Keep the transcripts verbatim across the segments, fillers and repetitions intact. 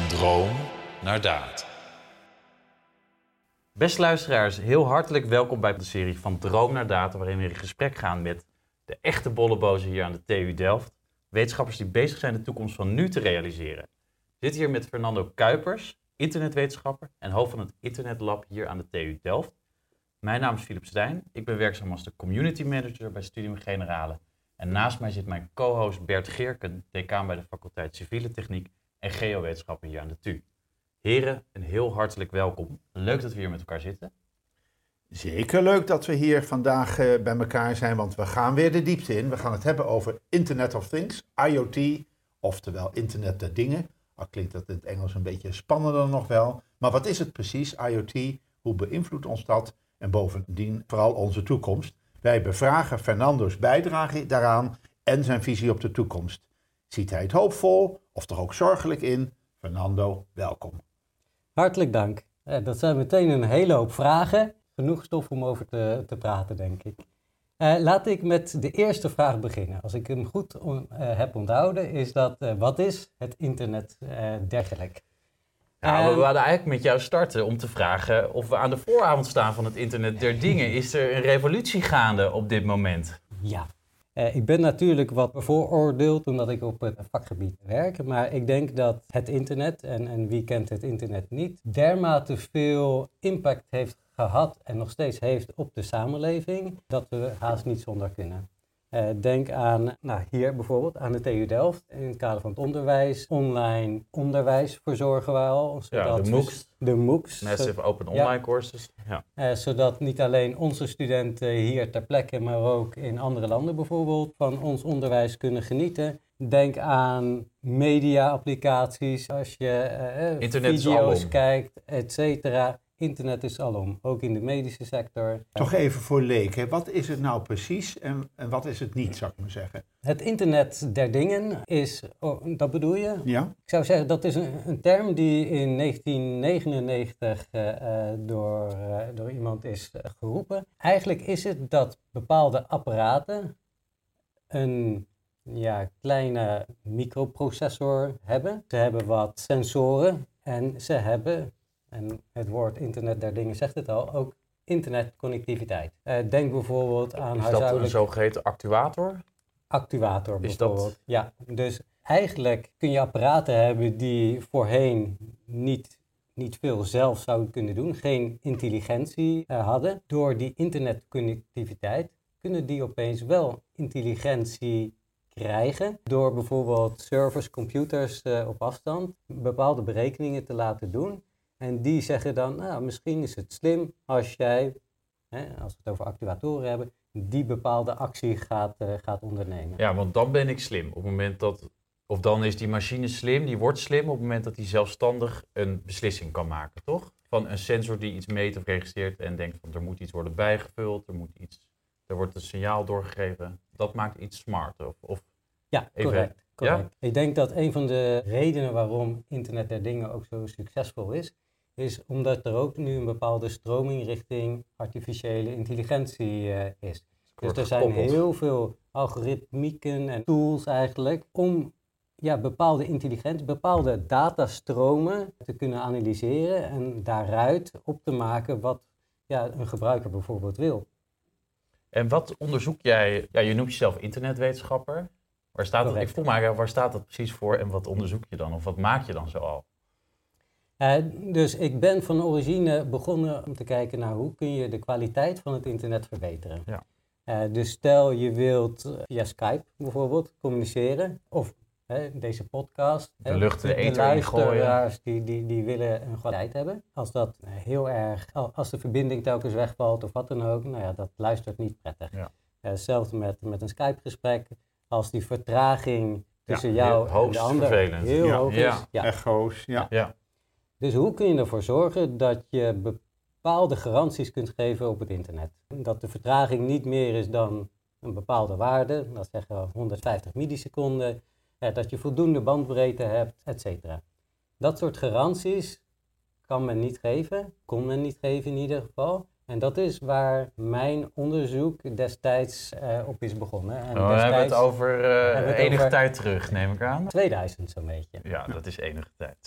Van droom naar daad. Beste luisteraars, heel hartelijk welkom bij de serie Van droom naar daad, waarin we in gesprek gaan met de echte bollebozen hier aan de T U Delft. Wetenschappers die bezig zijn de toekomst van nu te realiseren. We zitten hier met Fernando Kuipers, internetwetenschapper en hoofd van het Internetlab hier aan de T U Delft. Mijn naam is Philip Stijn, ik ben werkzaam als de community manager bij Studium Generale. En naast mij zit mijn co-host Bert Geerken, decaan bij de faculteit Civiele Techniek en Geowetenschappen hier aan de T U. Heren, een heel hartelijk welkom. Leuk dat we hier met elkaar zitten. Zeker leuk dat we hier vandaag uh, bij elkaar zijn, want we gaan weer de diepte in. We gaan het hebben over Internet of Things, I O T, oftewel Internet der Dingen. Al klinkt dat in het Engels een beetje spannender nog wel. Maar wat is het precies, I O T? Hoe beïnvloedt ons dat? En bovendien vooral onze toekomst. Wij bevragen Fernando's bijdrage daaraan en zijn visie op de toekomst. Ziet hij het hoopvol of toch ook zorgelijk in? Fernando, welkom. Hartelijk dank. Eh, dat zijn meteen een hele hoop vragen. Genoeg stof om over te, te praten, denk ik. Uh, laat ik met de eerste vraag beginnen. Als ik hem goed on, uh, heb onthouden, is dat uh, wat is het internet uh, dergelijk? Ja, uh, we wilden eigenlijk met jou starten om te vragen of we aan de vooravond staan van het internet der dingen. Is er een revolutie gaande op dit moment? Ja. Uh, ik ben natuurlijk wat bevooroordeeld omdat ik op het vakgebied werk. Maar ik denk dat het internet, en, en wie kent het internet niet, dermate veel impact heeft gehad en nog steeds heeft op de samenleving, dat we haast niet zonder kunnen. Uh, denk aan, nou hier bijvoorbeeld, aan de T U Delft, in het kader van het onderwijs, online onderwijs verzorgen we al. Ja, de MOOCs. De MOOCs. Massive Open Online ja. Courses. Ja. Uh, zodat niet alleen onze studenten hier ter plekke, maar ook in andere landen bijvoorbeeld, van ons onderwijs kunnen genieten. Denk aan media-applicaties, als je uh, Internet video's kijkt, et cetera. Internet is alom, ook in de medische sector. Toch even voor leken, wat is het nou precies en, en wat is het niet, zou ik maar zeggen? Het internet der dingen is, oh, dat bedoel je? Ja. Ik zou zeggen, dat is een, een term die in negentien negenennegentig uh, uh, door, uh, door iemand is uh, geroepen. Eigenlijk is het dat bepaalde apparaten een ja, kleine microprocessor hebben. Ze hebben wat sensoren en ze hebben, en het woord internet der dingen zegt het al, ook internetconnectiviteit. Uh, denk bijvoorbeeld aan Is huishoudelijk... dat een zogeheten actuator? Actuator Is bijvoorbeeld. Dat... Ja, dus eigenlijk kun je apparaten hebben die voorheen niet, niet veel zelf zouden kunnen doen, geen intelligentie uh, hadden. Door die internetconnectiviteit kunnen die opeens wel intelligentie krijgen. Door bijvoorbeeld servers, computers uh, op afstand bepaalde berekeningen te laten doen. En die zeggen dan, nou, misschien is het slim als jij, hè, als we het over actuatoren hebben, die bepaalde actie gaat, uh, gaat ondernemen. Ja, want dan ben ik slim. Op het moment dat, of dan is die machine slim, die wordt slim op het moment dat hij zelfstandig een beslissing kan maken, toch? Van een sensor die iets meet of registreert en denkt van er moet iets worden bijgevuld, er moet iets, er wordt een signaal doorgegeven. Dat maakt iets smart. Of, of ja, even, correct. correct. Ja? Ik denk dat een van de redenen waarom Internet der Dingen ook zo succesvol is, is omdat er ook nu een bepaalde stroming richting artificiële intelligentie uh, is. Dus er zijn gekoppeld. heel veel algoritmieken en tools eigenlijk om ja, bepaalde intelligentie, bepaalde datastromen te kunnen analyseren en daaruit op te maken wat ja, een gebruiker bijvoorbeeld wil. En wat onderzoek jij? Ja, je noemt jezelf internetwetenschapper. Waar staat dat? Ik vroeg me waar staat dat precies voor en wat onderzoek je dan? Of wat maak je dan zo al? Uh, dus ik ben van origine begonnen om te kijken naar hoe kun je de kwaliteit van het internet verbeteren. Ja. Uh, dus stel je wilt via Skype bijvoorbeeld communiceren of uh, deze podcast. De uh, lucht de, de ether luisteraars die, die, die willen een kwaliteit hebben. Als dat uh, heel erg, als de verbinding telkens wegvalt of wat dan ook, nou ja, dat luistert niet prettig. Ja. Uh, hetzelfde met, met een Skype gesprek. Als die vertraging tussen ja, jou en de ander vervelend. heel Ja. hoog is. Ja. Ja. Echo's, ja. Ja. Dus hoe kun je ervoor zorgen dat je bepaalde garanties kunt geven op het internet? Dat de vertraging niet meer is dan een bepaalde waarde, dat zeggen we honderdvijftig milliseconden, eh, dat je voldoende bandbreedte hebt, et cetera. Dat soort garanties kan men niet geven, kon men niet geven in ieder geval. En dat is waar mijn onderzoek destijds uh, op is begonnen. En oh, we hebben het over uh, het enige over tijd terug, neem ik aan. tweeduizend zo'n beetje. Ja, dat is enige tijd terug.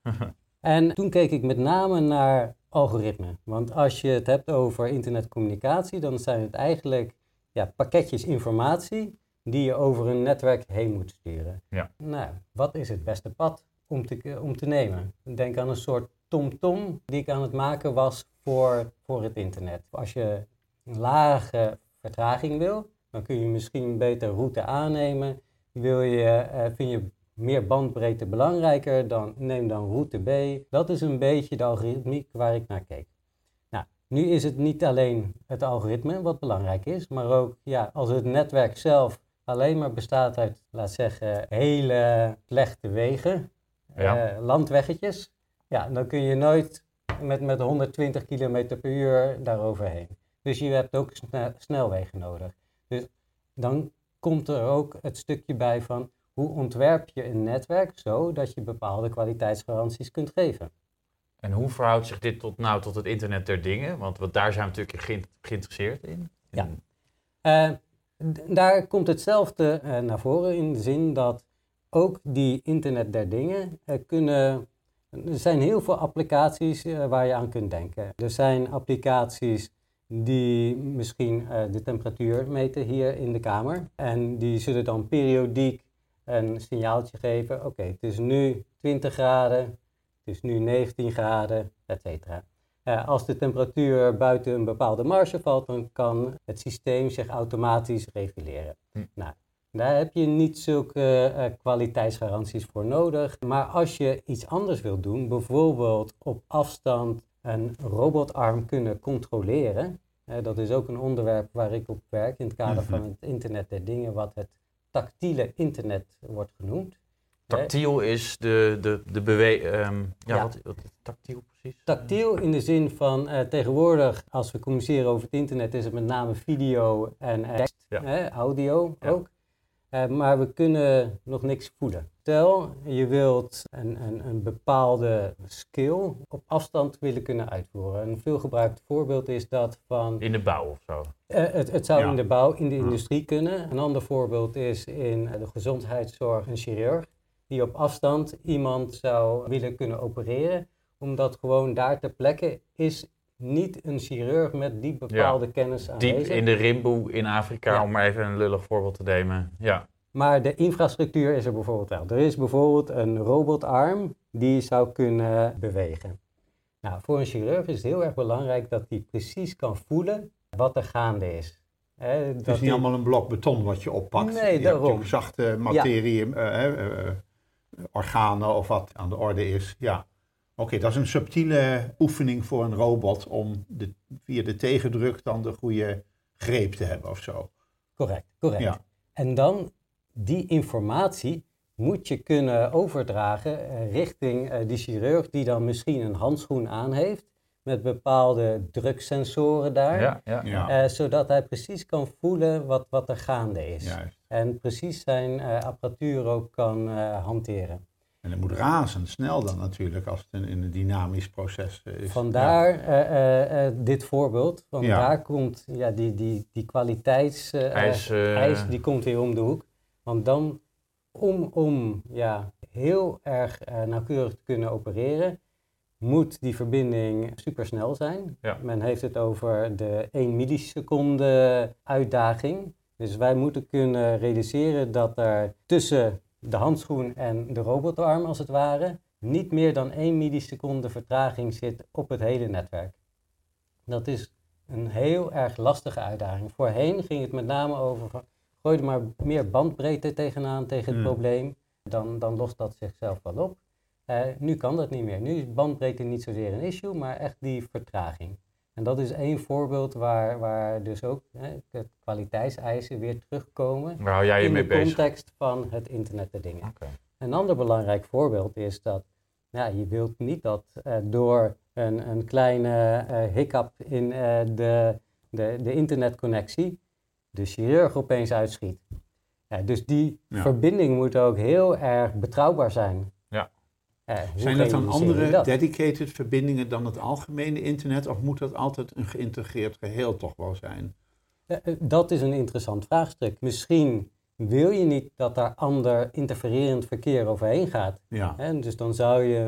En toen keek ik met name naar algoritmen. Want als je het hebt over internetcommunicatie, dan zijn het eigenlijk ja, pakketjes informatie die je over een netwerk heen moet sturen. Ja. Nou, wat is het beste pad om te, om te nemen? Denk aan een soort tom-tom die ik aan het maken was voor, voor het internet. Als je een lage vertraging wil, dan kun je misschien beter route aannemen. Wil je, uh, vind je meer bandbreedte belangrijker, dan neem dan route B. Dat is een beetje de algoritmiek waar ik naar keek. Nou, nu is het niet alleen het algoritme wat belangrijk is, maar ook ja, als het netwerk zelf alleen maar bestaat uit, laat zeggen, hele slechte wegen, Ja. uh, landweggetjes, ja, dan kun je nooit met, met honderdtwintig kilometer per uur daaroverheen. Dus je hebt ook sne- snelwegen nodig. Dus dan komt er ook het stukje bij van hoe ontwerp je een netwerk zo dat je bepaalde kwaliteitsgaranties kunt geven. En hoe verhoudt zich dit tot, nou, tot het internet der dingen? Want, want daar zijn we natuurlijk ge- geïnteresseerd in. Ja. Uh, d- daar komt hetzelfde uh, naar voren in de zin dat ook die internet der dingen uh, kunnen... Er zijn heel veel applicaties uh, waar je aan kunt denken. Er zijn applicaties die misschien uh, de temperatuur meten hier in de kamer. En die zullen dan periodiek een signaaltje geven. Oké, okay, het is nu twintig graden, het is nu negentien graden, et cetera. Uh, als de temperatuur buiten een bepaalde marge valt, dan kan het systeem zich automatisch reguleren. Hm. Nou, daar heb je niet zulke uh, kwaliteitsgaranties voor nodig. Maar als je iets anders wilt doen, bijvoorbeeld op afstand een robotarm kunnen controleren. Uh, dat is ook een onderwerp waar ik op werk in het kader mm-hmm. van het internet der dingen, wat het tactiele internet wordt genoemd. Tactiel is de, de, de beweging. Um, ja, ja. Wat, wat is tactiel precies? Tactiel in de zin van uh, tegenwoordig, als we communiceren over het internet, is het met name video en uh, tekst, ja. eh, audio ja. ook. Uh, maar we kunnen nog niks voelen. Stel, je wilt een, een, een bepaalde skill op afstand willen kunnen uitvoeren. Een veelgebruikt voorbeeld is dat van... In de bouw of zo? Uh, het, het zou ja. in de bouw, in de industrie kunnen. Een ander voorbeeld is in de gezondheidszorg een chirurg die op afstand iemand zou willen kunnen opereren. Omdat gewoon daar ter plekke is niet een chirurg met die bepaalde ja. kennis aanwezig. Diep in de rimboe in Afrika, ja. om maar even een lullig voorbeeld te nemen. Ja. Maar de infrastructuur is er bijvoorbeeld wel. Er is bijvoorbeeld een robotarm die zou kunnen bewegen. Nou, voor een chirurg is het heel erg belangrijk dat hij precies kan voelen wat er gaande is. He, het is niet die... allemaal een blok beton wat je oppakt. Nee, je daarom. hebt zachte materie, ja. uh, uh, uh, organen of wat aan de orde is. Ja. Oké, okay, dat is een subtiele oefening voor een robot om de, via de tegendruk dan de goede greep te hebben of zo. Correct, correct. Ja. En dan die informatie moet je kunnen overdragen uh, richting uh, die chirurg die dan misschien een handschoen aan heeft met bepaalde druksensoren daar. Ja, ja, ja. Uh, zodat hij precies kan voelen wat, wat er gaande is. Juist. En precies zijn uh, apparatuur ook kan uh, hanteren. En het moet razendsnel dan natuurlijk als het een, in een dynamisch proces is. Vandaar ja. uh, uh, uh, dit voorbeeld. Want ja. daar komt ja, die, die, die kwaliteitseis uh, uh... die komt weer om de hoek. Want dan om, om ja, heel erg uh, nauwkeurig te kunnen opereren, moet die verbinding supersnel zijn. Ja. Men heeft het over de één milliseconde uitdaging. Dus wij moeten kunnen realiseren dat er tussen de handschoen en de robotarm als het ware niet meer dan één milliseconde vertraging zit op het hele netwerk. Dat is een heel erg lastige uitdaging. Voorheen ging het met name over van, gooi er maar meer bandbreedte tegenaan tegen het mm. probleem, dan, dan lost dat zichzelf wel op. Uh, nu kan dat niet meer. Nu is bandbreedte niet zozeer een issue, maar echt die vertraging. En dat is één voorbeeld waar, waar dus ook hè, het kwaliteitseisen weer terugkomen. Waar hou jij je in mee de bezig? context van het internet der dingen. Okay. Een ander belangrijk voorbeeld is dat ja, je wilt niet dat uh, door een, een kleine uh, hiccup in uh, de, de, de internetconnectie de chirurg opeens uitschiet. Ja, dus die ja. verbinding moet ook heel erg betrouwbaar zijn. Ja. Uh, Zijn dat dan andere dat? dedicated verbindingen dan het algemene internet? Of moet dat altijd een geïntegreerd geheel toch wel zijn? Uh, uh, dat is een interessant vraagstuk. Misschien wil je niet dat daar ander interfererend verkeer overheen gaat. Ja. Hè? Dus dan zou je een,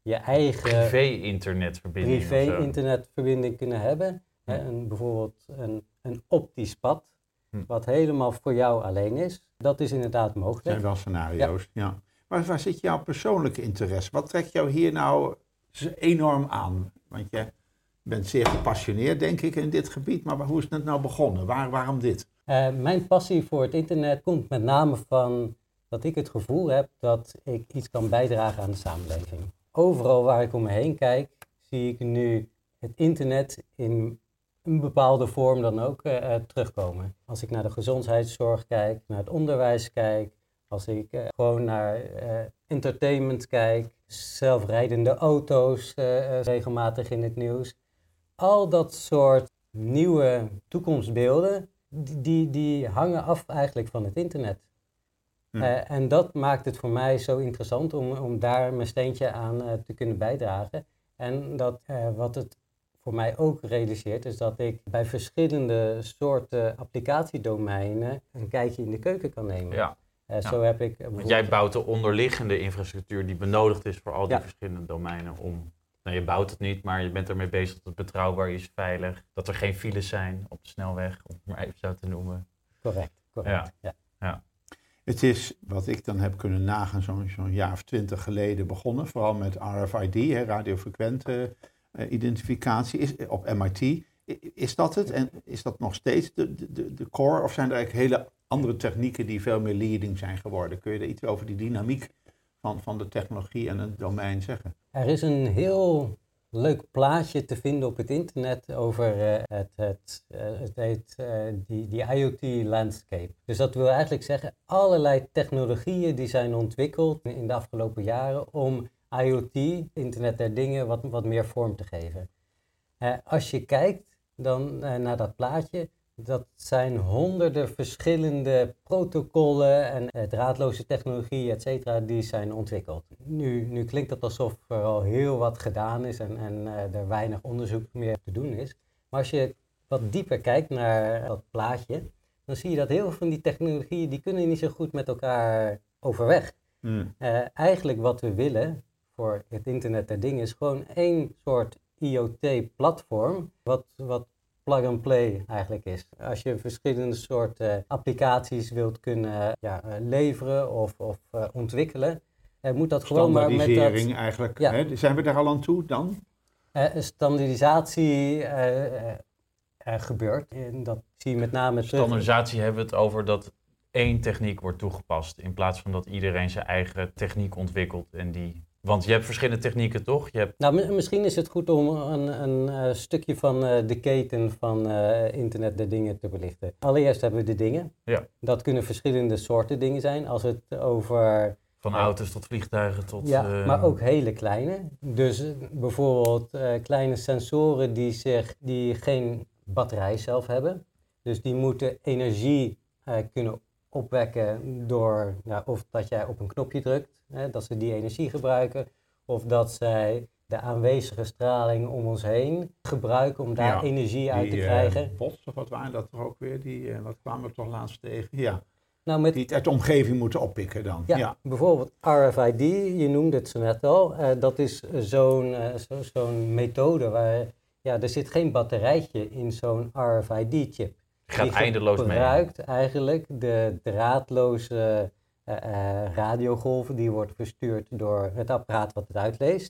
je eigen privé-internetverbinding. privé-internetverbinding kunnen hebben. Hm. Hè, een, bijvoorbeeld een, een optisch pad, Hm. wat helemaal voor jou alleen is. Dat is inderdaad Dat mogelijk. zijn wel scenario's, ja. Maar waar zit jouw persoonlijke interesse? Wat trekt jou hier nou z- enorm aan? Want je bent zeer gepassioneerd, denk ik, in dit gebied. Maar hoe is het nou begonnen? Waar, waarom dit? Uh, mijn passie voor het internet komt met name van dat ik het gevoel heb dat ik iets kan bijdragen aan de samenleving. Overal waar ik om me heen kijk, zie ik nu het internet in een bepaalde vorm dan ook uh, uh, terugkomen. Als ik naar de gezondheidszorg kijk, naar het onderwijs kijk, als ik uh, gewoon naar uh, entertainment kijk, zelfrijdende auto's uh, uh, regelmatig in het nieuws. Al dat soort nieuwe toekomstbeelden, die, die, die hangen af eigenlijk van het internet. Hm. Uh, en dat maakt het voor mij zo interessant om, om daar mijn steentje aan uh, te kunnen bijdragen. En dat uh, wat het voor mij ook realiseert, is dat ik bij verschillende soorten applicatiedomeinen een kijkje in de keuken kan nemen. Ja. Uh, ja. Zo heb ik Want jij bouwt de onderliggende infrastructuur die benodigd is voor al die ja. verschillende domeinen om... Nou, je bouwt het niet, maar je bent ermee bezig dat het betrouwbaar is, veilig. Dat er geen files zijn op de snelweg, om het maar even zo te noemen. Correct, correct. Ja. Ja. Ja. Het is, wat ik dan heb kunnen nagaan, zo'n zo'n jaar of twintig geleden begonnen. Vooral met R F I D, hè, radiofrequente uh, identificatie, is, op M I T. I, is dat het? En is dat nog steeds de, de, de core? Of zijn er eigenlijk hele andere technieken die veel meer leading zijn geworden? Kun je er iets over die dynamiek van, van de technologie en het domein zeggen? Er is een heel leuk plaatje te vinden op het internet over uh, het, het, uh, het heet uh, die, die IoT-landscape. Dus dat wil eigenlijk zeggen, allerlei technologieën die zijn ontwikkeld in de afgelopen jaren om IoT, Internet der Dingen, wat, wat meer vorm te geven. Uh, als je kijkt dan uh, naar dat plaatje, dat zijn honderden verschillende protocollen en uh, draadloze technologieën, et cetera, die zijn ontwikkeld. Nu, nu klinkt het alsof er al heel wat gedaan is en, en uh, er weinig onderzoek meer te doen is. Maar als je wat dieper kijkt naar dat plaatje, dan zie je dat heel veel van die technologieën, die kunnen niet zo goed met elkaar overweg. Hmm. Uh, eigenlijk wat we willen voor het internet der dingen is gewoon één soort IoT-platform, wat, wat plug-and-play eigenlijk is. Als je verschillende soorten applicaties wilt kunnen ja, leveren of, of uh, ontwikkelen, uh, moet dat gewoon maar met dat... Standaardisering eigenlijk, ja. hè? Zijn we daar al aan toe dan? Uh, standaardisatie uh, uh, uh, gebeurt. En dat zie je met name... Standaardisatie hebben we het over dat één techniek wordt toegepast, in plaats van dat iedereen zijn eigen techniek ontwikkelt en die... Want je hebt verschillende technieken, toch? Je hebt... Nou, m- misschien is het goed om een, een uh, stukje van uh, de keten van uh, internet der dingen te belichten. Allereerst hebben we de dingen. Ja. Dat kunnen verschillende soorten dingen zijn. Als het over... Van uh, auto's tot vliegtuigen tot... Ja, uh... maar ook hele kleine. Dus uh, bijvoorbeeld uh, kleine sensoren die, zich, die geen batterij zelf hebben. Dus die moeten energie uh, kunnen opwekken door, ja, of dat jij op een knopje drukt, hè, dat ze die energie gebruiken, of dat zij de aanwezige straling om ons heen gebruiken om daar ja, energie uit die, te krijgen. Uh, bots, of wat waren dat toch ook weer? Die, uh, wat kwamen we toch laatst tegen? Ja. Nou, met, die het uit de omgeving moeten oppikken dan. Ja, ja. Bijvoorbeeld R F I D, je noemde het zo net al, uh, dat is zo'n, uh, zo, zo'n methode waar, ja, er zit geen batterijtje in zo'n R F I D-chip. Gaat die eindeloos mee. gebruikt eigenlijk de draadloze uh, uh, radiogolven, die wordt verstuurd door het apparaat wat het uitleest,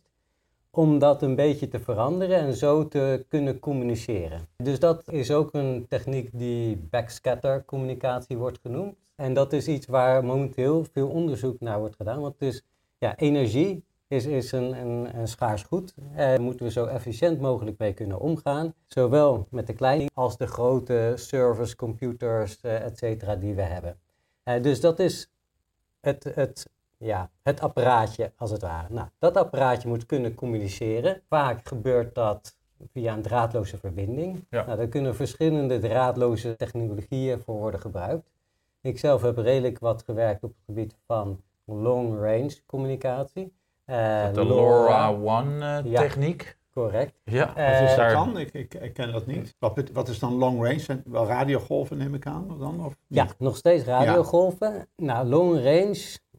om dat een beetje te veranderen en zo te kunnen communiceren. Dus dat is ook een techniek die backscatter communicatie wordt genoemd. En dat is iets waar momenteel veel onderzoek naar wordt gedaan, want het is, ja, energie is, is een, een, een schaars goed. Daar moeten we zo efficiënt mogelijk mee kunnen omgaan. Zowel met de kleine als de grote servers, computers, uh, et cetera die we hebben. Uh, dus dat is het, het, ja, het apparaatje als het ware. Nou, dat apparaatje moet kunnen communiceren. Vaak gebeurt dat via een draadloze verbinding. Ja. Nou, daar kunnen verschillende draadloze technologieën voor worden gebruikt. Ik zelf heb redelijk wat gewerkt op het gebied van long-range communicatie. Uh, de LoRaWAN-techniek. Uh, ja, correct. Ja, uh, wat is dat dan? Ik, ik, ik ken dat niet. Wat, wat is dan long range? Zijn wel radiogolven neem ik aan dan? Of ja, nog steeds radiogolven. Ja. Nou, long range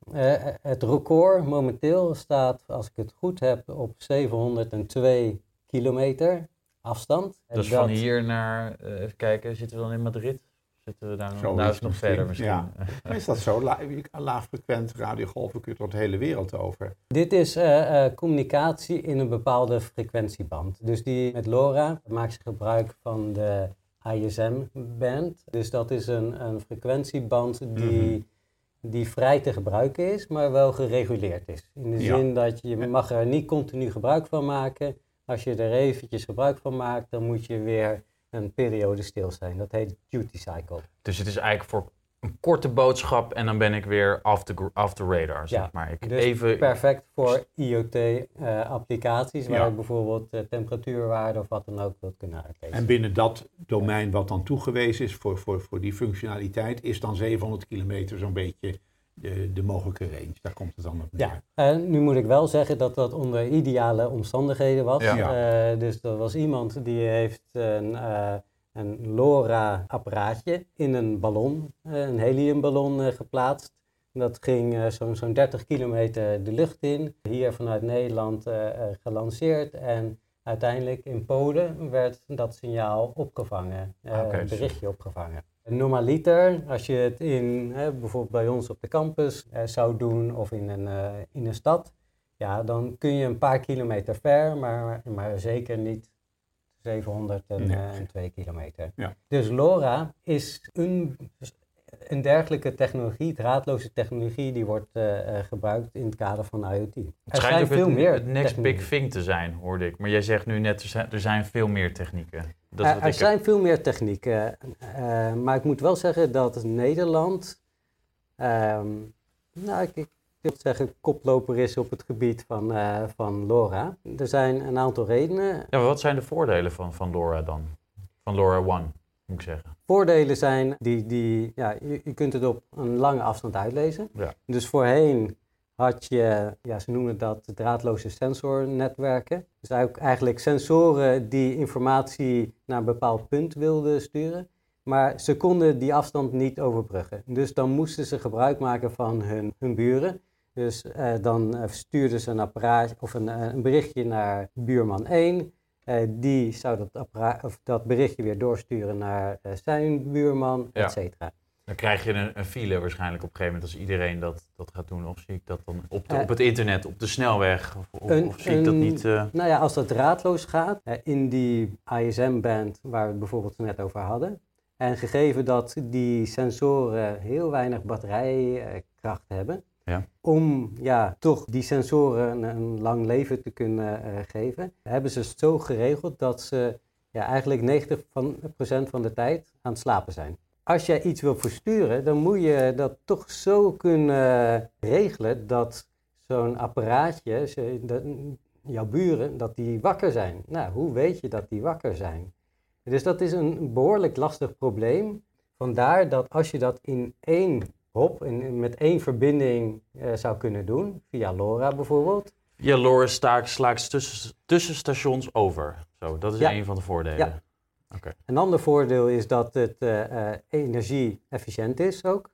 Uh, het record momenteel staat, als ik het goed heb, op zevenhonderdtwee kilometer afstand. En Dus van hier naar, uh, even kijken, zitten we dan in Madrid? Zitten we daar nog, nou is het nog verder misschien. Ja. Maar is dat zo? La- laagfrequent radiogolven kun je tot de hele wereld over? Dit is uh, uh, communicatie in een bepaalde frequentieband. Dus die met LoRa maakt ze gebruik van de I S M-band. Dus dat is een, een frequentieband die, mm-hmm. die vrij te gebruiken is, maar wel gereguleerd is. In de ja. zin dat je mag er niet continu gebruik van maken. Als je er eventjes gebruik van maakt, dan moet je weer een periode stil zijn. Dat heet duty cycle. Dus het is eigenlijk voor een korte boodschap en dan ben ik weer off the, off the radar, zeg ja, maar. Ik dus even... perfect voor I O T-applicaties, uh, waar ja. je bijvoorbeeld uh, temperatuurwaarde of wat dan ook wilt kunnen uitlezen. En binnen dat domein wat dan toegewezen is voor, voor, voor die functionaliteit, is dan zevenhonderd kilometer zo'n beetje de, de mogelijke range. Daar komt het dan op neer. Ja, uh, nu moet ik wel zeggen dat dat onder ideale omstandigheden was. Ja. Uh, dus er was iemand die heeft een... Uh, een LoRa-apparaatje in een ballon, een heliumballon uh, geplaatst. Dat ging uh, zo'n zo'n dertig kilometer de lucht in. Hier vanuit Nederland uh, uh, gelanceerd en uiteindelijk in Polen werd dat signaal opgevangen, uh, okay, een berichtje opgevangen. Normaliter, als je het in, uh, bijvoorbeeld bij ons op de campus uh, zou doen of in een, uh, in een stad, ja, dan kun je een paar kilometer ver, maar, maar zeker niet zevenhonderdtwee kilometer. Ja. Dus LoRa is een, een dergelijke technologie, draadloze technologie, die wordt uh, gebruikt in het kader van I O T. Het schijnt ook veel het, meer het next big thing te zijn, hoorde ik. Maar jij zegt nu net, er zijn, er zijn veel meer technieken. Dat is uh, er zijn heb. veel meer technieken. Uh, maar ik moet wel zeggen dat Nederland, um, nou, ik, ik wil zeggen, koploper is op het gebied van, uh, van LoRa. Er zijn een aantal redenen. Ja, maar wat zijn de voordelen van, van LoRa dan? Van LoRa One, moet ik zeggen. Voordelen zijn, die, die, ja, je, je kunt het op een lange afstand uitlezen. Ja. Dus voorheen had je, ja, ze noemen dat draadloze sensornetwerken. Dus eigenlijk sensoren die informatie naar een bepaald punt wilden sturen. Maar ze konden die afstand niet overbruggen. Dus dan moesten ze gebruik maken van hun, hun buren. Dus uh, dan uh, stuurden ze een apparaat of een, uh, een berichtje naar buurman één. Uh, die zou dat, appara- of dat berichtje weer doorsturen naar uh, zijn buurman, ja. et cetera. Dan krijg je een, een file waarschijnlijk op een gegeven moment als iedereen dat, dat gaat doen. Of zie ik dat dan op, de, uh, op het internet, op de snelweg? Of, of, een, of zie ik dat niet? Uh... Nou ja, als dat draadloos gaat, uh, in die I S M-band waar we het bijvoorbeeld net over hadden. En gegeven dat die sensoren heel weinig batterijkracht hebben, ja. om ja, toch die sensoren een, een lang leven te kunnen uh, geven, hebben ze het zo geregeld dat ze ja, eigenlijk negentig procent van de tijd aan het slapen zijn. Als jij iets wil versturen, dan moet je dat toch zo kunnen regelen dat zo'n apparaatje, ze, dat, jouw buren, dat die wakker zijn. Nou, hoe weet je dat die wakker zijn? Dus dat is een behoorlijk lastig probleem. Vandaar dat als je dat in één hop, in, met één verbinding uh, zou kunnen doen, via LoRa bijvoorbeeld. Via LoRa slaakt tussen, tussen stations over. Zo, dat is ja. een van de voordelen. Ja. Okay. Een ander voordeel is dat het uh, uh, energie-efficiënt is ook.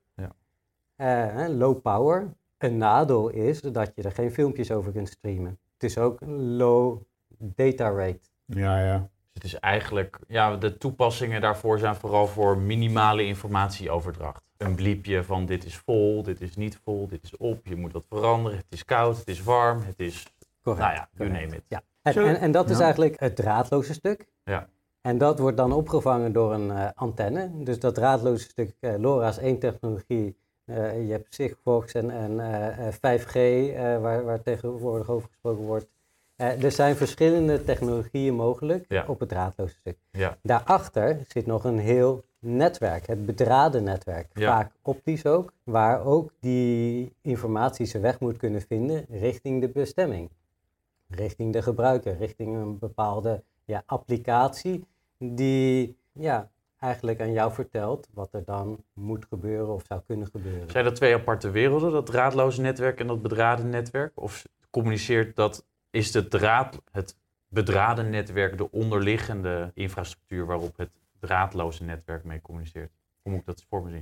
Ja. Uh, low power. Een nadeel is dat je er geen filmpjes over kunt streamen. Het is ook low data rate. Ja, ja. Het is eigenlijk, ja, de toepassingen daarvoor zijn vooral voor minimale informatieoverdracht. Een bliepje van dit is vol, dit is niet vol, dit is op, je moet wat veranderen, het is koud, het is warm, het is, correct, nou ja, you correct. name it. Ja. En, en, en dat is ja. eigenlijk het draadloze stuk. Ja. En dat wordt dan opgevangen door een uh, antenne. Dus dat draadloze stuk, uh, LoRa is één technologie. Uh, je hebt Sigfox en, en uh, vijf G, uh, waar, waar tegenwoordig over gesproken wordt. Uh, er zijn verschillende technologieën mogelijk ja. op het draadloze stuk. Ja. Daarachter zit nog een heel netwerk, het bedraden netwerk. Ja. Vaak optisch ook, waar ook die informatie zijn weg moet kunnen vinden richting de bestemming. Richting de gebruiker, richting een bepaalde ja, applicatie die ja, eigenlijk aan jou vertelt wat er dan moet gebeuren of zou kunnen gebeuren. Zijn dat twee aparte werelden, dat draadloze netwerk en dat bedraden netwerk? Of communiceert dat... Is de draad, het bedraden netwerk de onderliggende infrastructuur waarop het draadloze netwerk mee communiceert? Hoe moet ik dat voor me zien?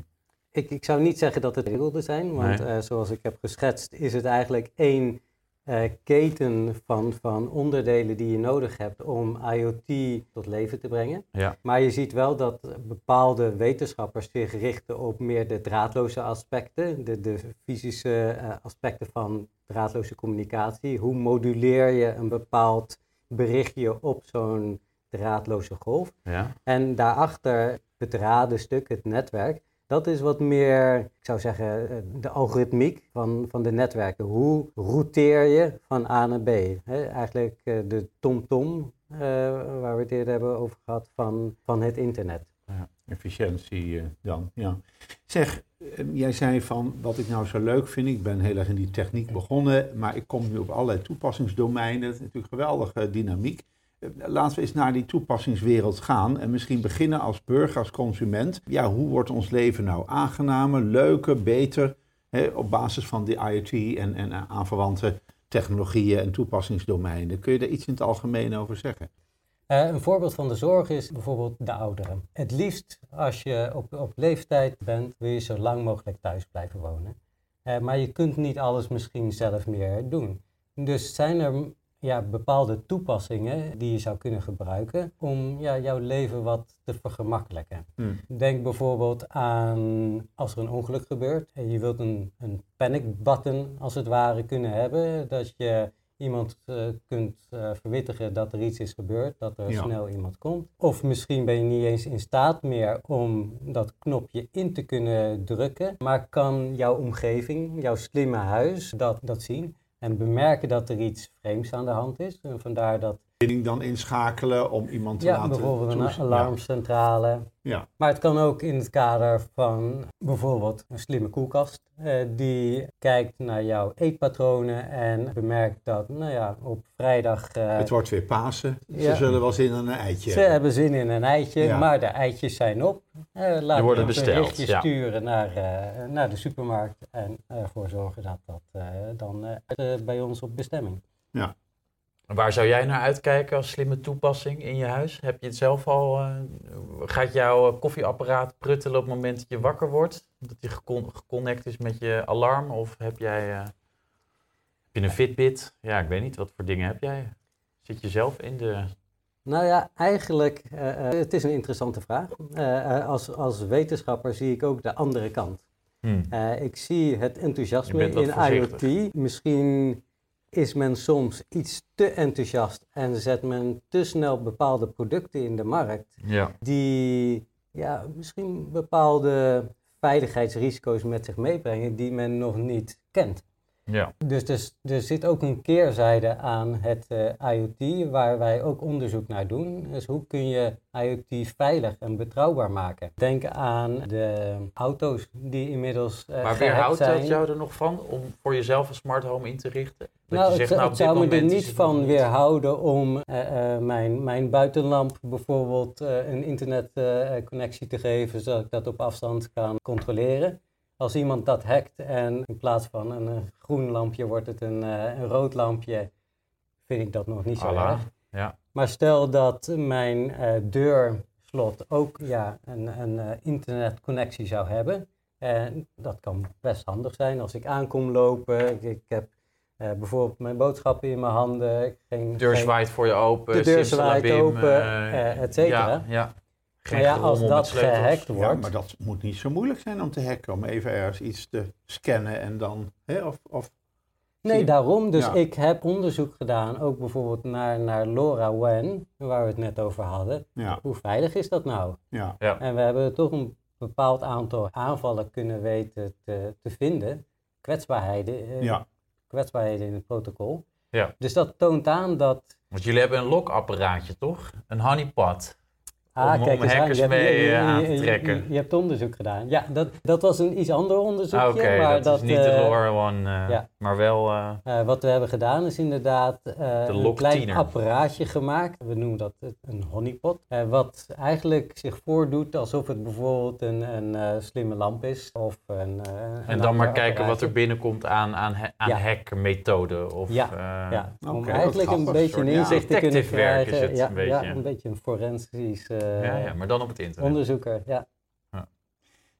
ik, ik zou niet zeggen dat het werelden zijn, want Nee. uh, zoals ik heb geschetst, is het eigenlijk één uh, keten van, van onderdelen die je nodig hebt om IoT tot leven te brengen. Ja. Maar je ziet wel dat bepaalde wetenschappers zich richten op meer de draadloze aspecten, de, de fysische uh, aspecten van draadloze communicatie. Hoe moduleer je een bepaald berichtje op zo'n draadloze golf? Ja. En daarachter het radenstuk, het netwerk, dat is wat meer, ik zou zeggen, de algoritmiek van, van de netwerken. Hoe routeer je van A naar B? He, eigenlijk uh, de tom-tom, uh, waar we het eerder hebben over gehad, van, van het internet. Ja, efficiëntie uh, dan, ja. Zeg, uh, jij zei van wat ik nou zo leuk vind, ik ben heel erg in die techniek begonnen, maar ik kom nu op allerlei toepassingsdomeinen, het is natuurlijk geweldige dynamiek. Laten we eens naar die toepassingswereld gaan en misschien beginnen als burger, als consument. Ja, hoe wordt ons leven nou aangenamer, leuker, beter, hè, op basis van de IoT en, en aanverwante technologieën en toepassingsdomeinen. Kun je daar iets in het algemeen over zeggen? Uh, een voorbeeld van de zorg is bijvoorbeeld de ouderen. Het liefst als je op, op leeftijd bent, wil je zo lang mogelijk thuis blijven wonen. Uh, maar je kunt niet alles misschien zelf meer doen. Dus zijn er ja, bepaalde toepassingen die je zou kunnen gebruiken om ja, jouw leven wat te vergemakkelijken. Hmm. Denk bijvoorbeeld aan als er een ongeluk gebeurt en je wilt een, een panic button als het ware kunnen hebben, dat je iemand uh, kunt uh, verwittigen dat er iets is gebeurd, dat er ja. snel iemand komt. Of misschien ben je niet eens in staat meer om dat knopje in te kunnen drukken, maar kan jouw omgeving, jouw slimme huis dat, dat zien en bemerken dat er iets vreemds aan de hand is. En vandaar dat dan inschakelen om iemand te ja, laten... bijvoorbeeld een alarmcentrale. Ja. Maar het kan ook in het kader van bijvoorbeeld een slimme koelkast. Eh, die kijkt naar jouw eetpatronen en bemerkt dat, nou ja, op vrijdag... Uh, het wordt weer Pasen. Ze ja. zullen wel zin in een eitje Ze hebben. hebben zin in een eitje, ja. maar de eitjes zijn op. Uh, laat Die worden een besteld, berichtje ja. sturen naar, uh, naar de supermarkt en ervoor zorgen dat dat uh, dan uh, bij ons op bestemming. Ja. Waar zou jij naar uitkijken als slimme toepassing in je huis? Heb je het zelf al? Uh, gaat jouw koffieapparaat pruttelen op het moment dat je wakker wordt? Dat die gecon- geconnect is met je alarm? Of heb jij uh, heb je een Fitbit? Ja, ik weet niet. Wat voor dingen heb jij? Zit je zelf in de... Nou ja, eigenlijk, uh, uh, het is een interessante vraag. Uh, uh, als, als wetenschapper zie ik ook de andere kant. Hmm. Uh, ik zie het enthousiasme in voorzichtig. IoT. Misschien is men soms iets te enthousiast en zet men te snel bepaalde producten in de markt ja. die ja, misschien bepaalde veiligheidsrisico's met zich meebrengen die men nog niet kent. Ja. Dus, dus er zit ook een keerzijde aan het uh, IoT waar wij ook onderzoek naar doen. Dus hoe kun je IoT veilig en betrouwbaar maken? Denk aan de auto's die inmiddels uh, Maar weerhoudt dat jou er nog van om voor jezelf een smart home in te richten? Dat nou, je zegt, het, nou, het zou me er niet van niet... weerhouden om uh, uh, mijn, mijn buitenlamp bijvoorbeeld uh, een internetconnectie uh, te geven, zodat ik dat op afstand kan controleren. Als iemand dat hackt en in plaats van een, een groen lampje wordt het een, uh, een rood lampje, vind ik dat nog niet zo Allah. erg. Ja. Maar stel dat mijn uh, deurslot ook ja, een, een uh, internetconnectie zou hebben. En dat kan best handig zijn als ik aankom lopen. Ik, ik heb uh, bijvoorbeeld mijn boodschappen in mijn handen. Geen, De deur geen, zwaait voor je open. De deur zwaait Simsalabim, open, uh, uh, et cetera. Ja, ja. Geen maar ja, als dat gehackt wordt... Ja, maar dat moet niet zo moeilijk zijn om te hacken. Om even ergens iets te scannen en dan... Hè, of, of, nee, daarom. Dus ja. ik heb onderzoek gedaan, ook bijvoorbeeld naar, naar LoRaWAN, waar we het net over hadden. Ja. Hoe veilig is dat nou? Ja. Ja. En we hebben toch een bepaald aantal aanvallen kunnen weten te, te vinden. Kwetsbaarheden, uh, ja. kwetsbaarheden in het protocol. Ja. Dus dat toont aan dat... Want jullie hebben een lokapparaatje, toch? Een honeypot. Ah, om, kijk om eens hackers aan. Je, mee je, je, aan te je, trekken. Je, je, je hebt onderzoek gedaan. Ja, dat, dat was een iets ander onderzoekje. Ah, Oké, okay, maar dat, dat is niet uh, de LoRaWAN, uh, ja. maar wel... Uh, uh, wat we hebben gedaan is inderdaad uh, een klein apparaatje gemaakt. We noemen dat een honeypot. Uh, wat eigenlijk zich voordoet alsof het bijvoorbeeld een, een uh, slimme lamp is. Of een, uh, een en dan maar kijken wat er binnenkomt aan, aan, aan ja. hackmethoden. Of, ja, uh, ja. om okay, eigenlijk een beetje een inzicht ja. te kunnen krijgen. Is het ja, een beetje. ja, een beetje een forensisch uh, ja, ja, maar dan op het internet. onderzoeker. Ja. Ja.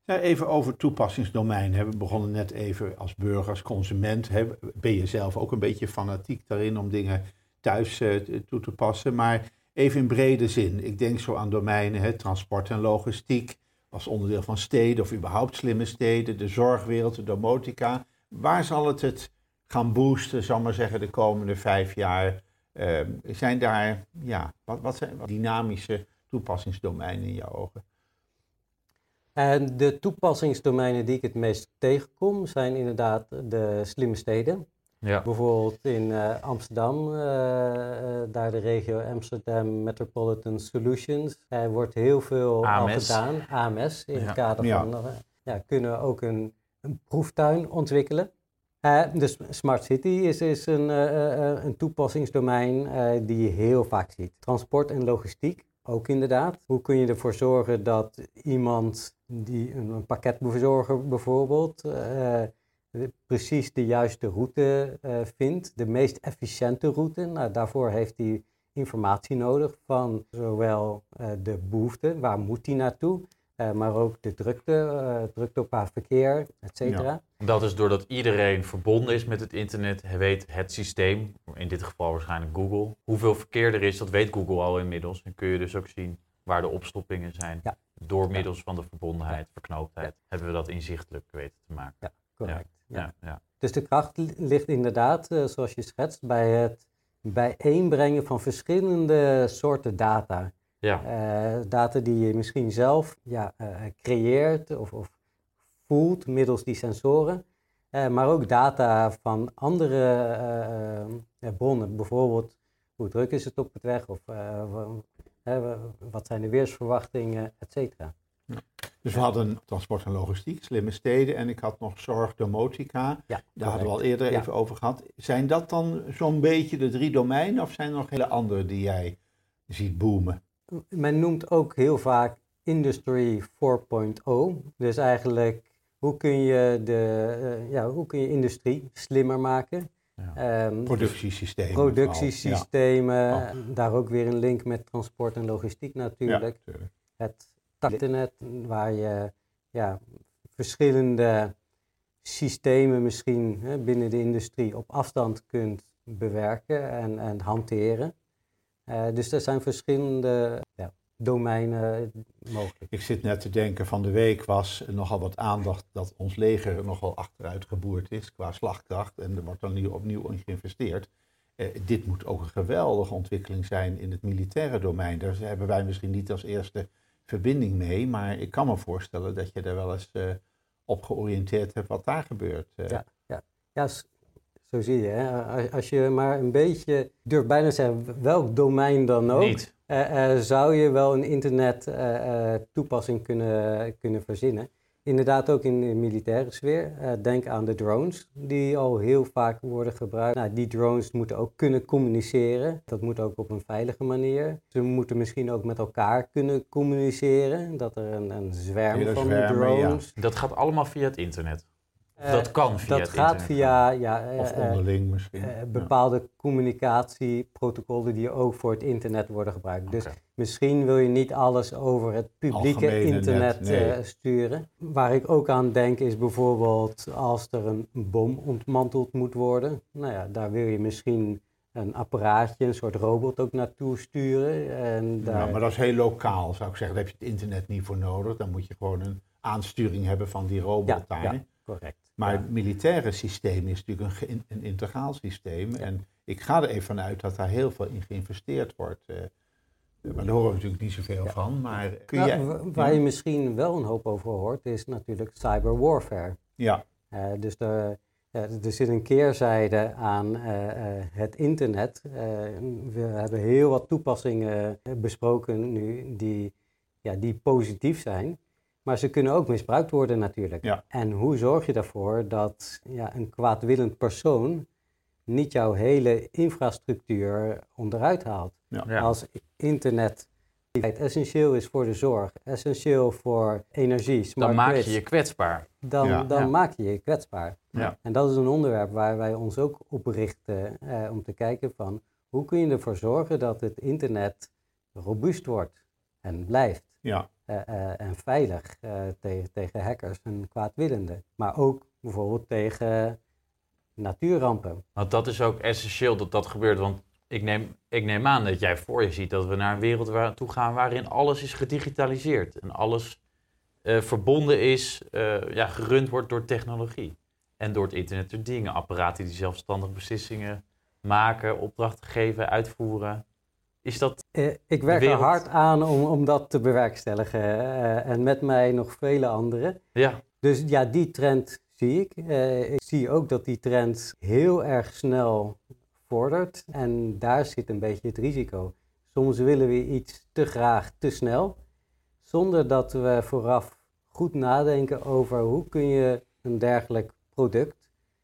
Ja, even over toepassingsdomein. Hè. We begonnen net even als burger, als consument. Hè. Ben je zelf ook een beetje fanatiek daarin om dingen thuis uh, toe te passen. Maar even in brede zin. Ik denk zo aan domeinen, hè, transport en logistiek. Als onderdeel van steden of überhaupt slimme steden. De zorgwereld, de domotica. Waar zal het het gaan boosten, zal ik maar zeggen, de komende vijf jaar? Uh, zijn daar, ja, wat, wat zijn wat dynamische toepassingsdomeinen in jouw ogen? En de toepassingsdomeinen die ik het meest tegenkom zijn inderdaad de slimme steden. Ja. Bijvoorbeeld in uh, Amsterdam, uh, uh, daar de regio Amsterdam Metropolitan Solutions. Er wordt heel veel A al M S. gedaan, A M S, in Ja. het kader Ja. van, uh, ja, kunnen we ook een, een proeftuin ontwikkelen. Uh, de Smart City is, is een, uh, uh, een toepassingsdomein uh, die je heel vaak ziet. Transport en logistiek. Ook inderdaad. Hoe kun je ervoor zorgen dat iemand, die een, een pakketbezorger bijvoorbeeld, uh, precies de juiste route uh, vindt, de meest efficiënte route. Nou, daarvoor heeft hij informatie nodig van zowel uh, de behoefte, waar moet hij naartoe, uh, maar ook de drukte, uh, drukte op haar verkeer, et cetera. Ja. Dat is doordat iedereen verbonden is met het internet, weet het systeem, in dit geval waarschijnlijk Google. Hoeveel verkeer er is, dat weet Google al inmiddels. En kun je dus ook zien waar de opstoppingen zijn. Ja. Door middels van de verbondenheid, verknooptheid, hebben we dat inzichtelijk weten te maken. Ja, correct. Ja, Ja. ja, ja. Dus de kracht ligt inderdaad, uh, zoals je schetst, bij het bijeenbrengen van verschillende soorten data. Ja. Uh, data die je misschien zelf ja, uh, creëert of, of voelt middels die sensoren. Uh, maar ook data van andere uh, uh, bronnen. Bijvoorbeeld, hoe druk is het op het weg? Of uh, uh, wat zijn de weersverwachtingen, et cetera. Ja. Dus we hadden transport en logistiek, slimme steden en ik had nog zorg, domotica. Ja, Daar hadden we al eerder ja. even over gehad. Zijn dat dan zo'n beetje de drie domeinen of zijn er nog hele andere die jij ziet boomen? Men noemt ook heel vaak Industry vier punt nul. Dus eigenlijk, hoe kun je, de, uh, ja, hoe kun je industrie slimmer maken? Ja. Um, Productiesystemen. Productiesystemen, Ja. daar ook weer een link met transport en logistiek natuurlijk. Ja, natuurlijk. Het internet, waar je ja, verschillende systemen misschien hè, binnen de industrie op afstand kunt bewerken en, en hanteren. Uh, dus er zijn verschillende ja, domeinen mogelijk. Ik zit net te denken, van de week was nogal wat aandacht dat ons leger nogal achteruit geboerd is qua slagkracht. En er wordt dan nu opnieuw in geïnvesteerd. Uh, dit moet ook een geweldige ontwikkeling zijn in het militaire domein. Daar hebben wij misschien niet als eerste verbinding mee, maar ik kan me voorstellen dat je daar wel eens uh, op georiënteerd hebt wat daar gebeurt. Uh. Ja, ja. ja, zo zie je. Hè. Als je maar een beetje, durf bijna te zeggen, welk domein dan ook, Niet. Uh, uh, zou je wel een internet uh, uh, toepassing kunnen, kunnen verzinnen. Inderdaad ook in de militaire sfeer. Uh, denk aan de drones, die al heel vaak worden gebruikt. Nou, die drones moeten ook kunnen communiceren. Dat moet ook op een veilige manier. Ze moeten misschien ook met elkaar kunnen communiceren. Dat er een, een zwerm Hele van zwermen, drones... Dat gaat allemaal via het internet. Uh, dat kan via dat het gaat internet. via ja, uh, Of onderling misschien. uh, bepaalde communicatieprotocollen die ook voor het internet worden gebruikt. Okay. Dus misschien wil je niet alles over het publieke Algemene internet net, nee. uh, sturen. Waar ik ook aan denk is bijvoorbeeld als er een bom ontmanteld moet worden. Nou ja, daar wil je misschien een apparaatje, een soort robot ook naartoe sturen. En daar... Ja, maar dat is heel lokaal, zou ik zeggen. Daar heb je het internet niet voor nodig. Dan moet je gewoon een aansturing hebben van die robot ja, daar. ja, correct. Maar ja. het militaire systeem is natuurlijk een, ge- een integraal systeem. Ja. En ik ga er even vanuit dat daar heel veel in geïnvesteerd wordt. Uh, maar daar horen we natuurlijk niet zoveel ja. van. Maar kun nou, jij... w- waar je misschien wel een hoop over hoort, is natuurlijk cyberwarfare. Ja. Uh, dus de, ja, er zit een keerzijde aan uh, uh, het internet. Uh, we hebben heel wat toepassingen besproken nu die, ja, die positief zijn. Maar ze kunnen ook misbruikt worden natuurlijk. Ja. En hoe zorg je ervoor dat ja, een kwaadwillend persoon niet jouw hele infrastructuur onderuit haalt? Ja. Ja. Als internet essentieel is voor de zorg, essentieel voor energie, smart Dan maak grids, je je kwetsbaar. dan, Ja. dan Ja. maak je je kwetsbaar. Ja. En dat is een onderwerp waar wij ons ook op richten eh, om te kijken van hoe kun je ervoor zorgen dat het internet robuust wordt. en blijft. Ja. Uh, uh, en veilig uh, tegen, tegen hackers en kwaadwillenden. Maar ook bijvoorbeeld tegen natuurrampen. Want dat is ook essentieel dat dat gebeurt. Want ik neem, ik neem aan dat jij voor je ziet dat we naar een wereld waar, toe gaan waarin alles is gedigitaliseerd. En alles uh, verbonden is, uh, ja, gerund wordt door technologie. En door het internet der dingen. Apparaten die zelfstandig beslissingen maken, opdrachten geven, uitvoeren. Is dat uh, ik werk wereld... er hard aan om, om dat te bewerkstelligen. Uh, en met mij nog vele anderen. Ja. Dus ja, die trend zie ik. Uh, ik zie ook dat die trend heel erg snel vordert. En daar zit een beetje het risico. Soms willen we iets te graag, te snel. Zonder dat we vooraf goed nadenken over hoe kun je een dergelijk product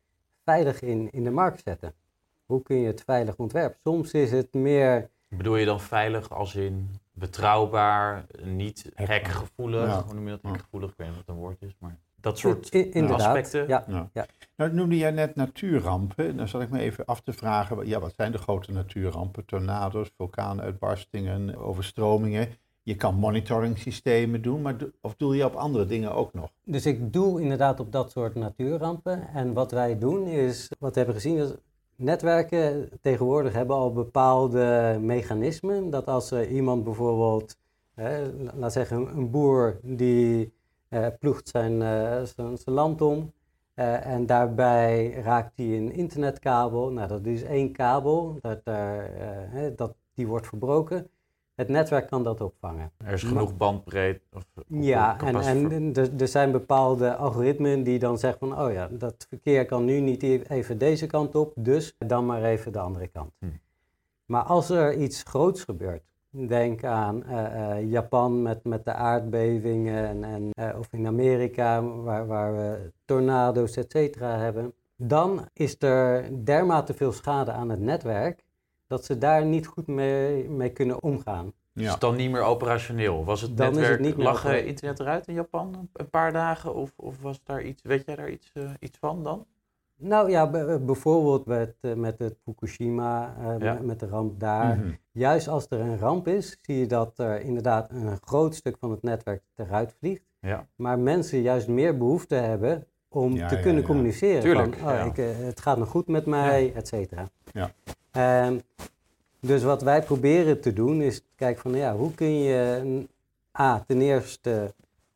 veilig in, in de markt zetten. Hoe kun je het veilig ontwerpen? Soms is het meer... Bedoel je dan veilig als in betrouwbaar, niet hackgevoelig? Ja. Hoe noem je dat? Ja. Hackgevoelig, ik weet niet wat het een woord is, maar dat soort I, inderdaad, aspecten. Ja, Ja. ja. Nou, noemde jij net natuurrampen. Dan zat ik me even af te vragen, ja, wat zijn de grote natuurrampen? Tornado's, vulkaanuitbarstingen, overstromingen. Je kan monitoring systemen doen, maar do- of doe je op andere dingen ook nog? Dus ik doe inderdaad op dat soort natuurrampen. En wat wij doen is, wat we hebben gezien is, netwerken tegenwoordig hebben al bepaalde mechanismen. Dat als er iemand bijvoorbeeld, eh, laat zeggen een boer die eh, ploegt zijn, uh, zijn, zijn land om. Uh, en daarbij raakt hij een internetkabel. Nou, dat is één kabel, dat, uh, uh, dat, die wordt verbroken. Het netwerk kan dat opvangen. Er is genoeg bandbreedte. Of, of ja, en, en er, er zijn bepaalde algoritmen die dan zeggen van, oh ja, dat verkeer kan nu niet even deze kant op, dus dan maar even de andere kant. Hm. Maar als er iets groots gebeurt, denk aan uh, uh, Japan met, met de aardbevingen en, en, uh, of in Amerika waar, waar we tornado's et cetera hebben, dan is er dermate veel schade aan het netwerk dat ze daar niet goed mee, mee kunnen omgaan. Ja. Is het dan niet meer operationeel? Was het dan netwerk, is het niet meer lag opera- internet eruit in Japan een paar dagen? Of, of was daar iets, weet jij daar iets, uh, iets van dan? Nou ja, b- bijvoorbeeld met, uh, met het Fukushima, uh, ja. met, met de ramp daar. Mm-hmm. Juist als er een ramp is, zie je dat er inderdaad een groot stuk van het netwerk eruit vliegt. Ja. Maar mensen juist meer behoefte hebben om ja, te ja, kunnen ja. communiceren. Tuurlijk, van, oh, ja. ik, uh, het gaat nog goed met mij, ja. et cetera. Ja. Um, dus wat wij proberen te doen is kijken van, ja, hoe kun je A, ten eerste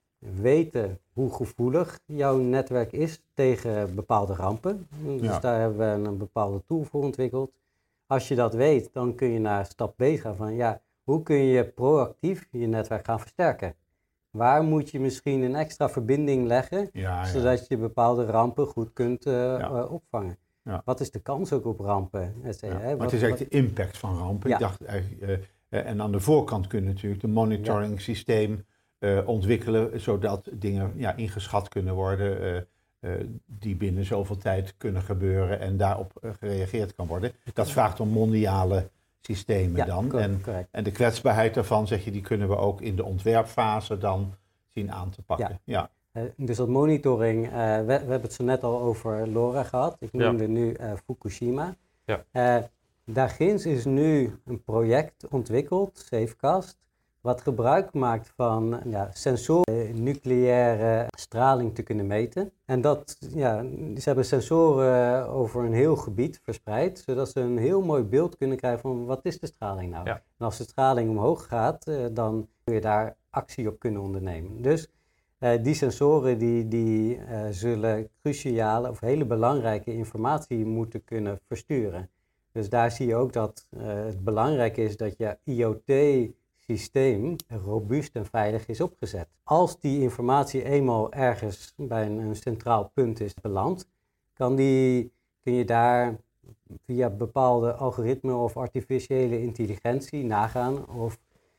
weten hoe gevoelig jouw netwerk is tegen bepaalde rampen. Dus ja. daar hebben we een bepaalde tool voor ontwikkeld. Als je dat weet, dan kun je naar stap B gaan van, ja, hoe kun je proactief je netwerk gaan versterken? Waar moet je misschien een extra verbinding leggen, ja, zodat ja. je bepaalde rampen goed kunt uh, ja. uh, opvangen? Ja. Wat is de kans ook op rampen? Ja, hè? Maar wat, het is eigenlijk de impact van rampen. Ja. Ik dacht eigenlijk, uh, uh, en aan de voorkant kun je natuurlijk de monitoring ja. systeem uh, ontwikkelen, zodat dingen ja, ingeschat kunnen worden uh, uh, die binnen zoveel tijd kunnen gebeuren en daarop uh, gereageerd kan worden. Dat vraagt om mondiale systemen ja, dan. Correct, en, correct. en de kwetsbaarheid daarvan, zeg je, die kunnen we ook in de ontwerpfase dan zien aan te pakken. Ja. Ja. Uh, dus dat monitoring, uh, we, we hebben het zo net al over LoRa gehad. Ik noemde ja. nu uh, Fukushima. Ja. Uh, daarginds is nu een project ontwikkeld, Safecast, wat gebruik maakt van ja, sensoren, uh, nucleaire straling te kunnen meten. En dat, ja, ze hebben sensoren over een heel gebied verspreid, zodat ze een heel mooi beeld kunnen krijgen van wat is de straling nou. Ja. En als de straling omhoog gaat, uh, dan kun je daar actie op kunnen ondernemen. Dus Uh, die sensoren die, die uh, zullen cruciale of hele belangrijke informatie moeten kunnen versturen. Dus daar zie je ook dat uh, het belangrijk is dat je I O T-systeem robuust en veilig is opgezet. Als die informatie eenmaal ergens bij een, een centraal punt is beland, kan die, kun je daar via bepaalde algoritmen of artificiële intelligentie nagaan of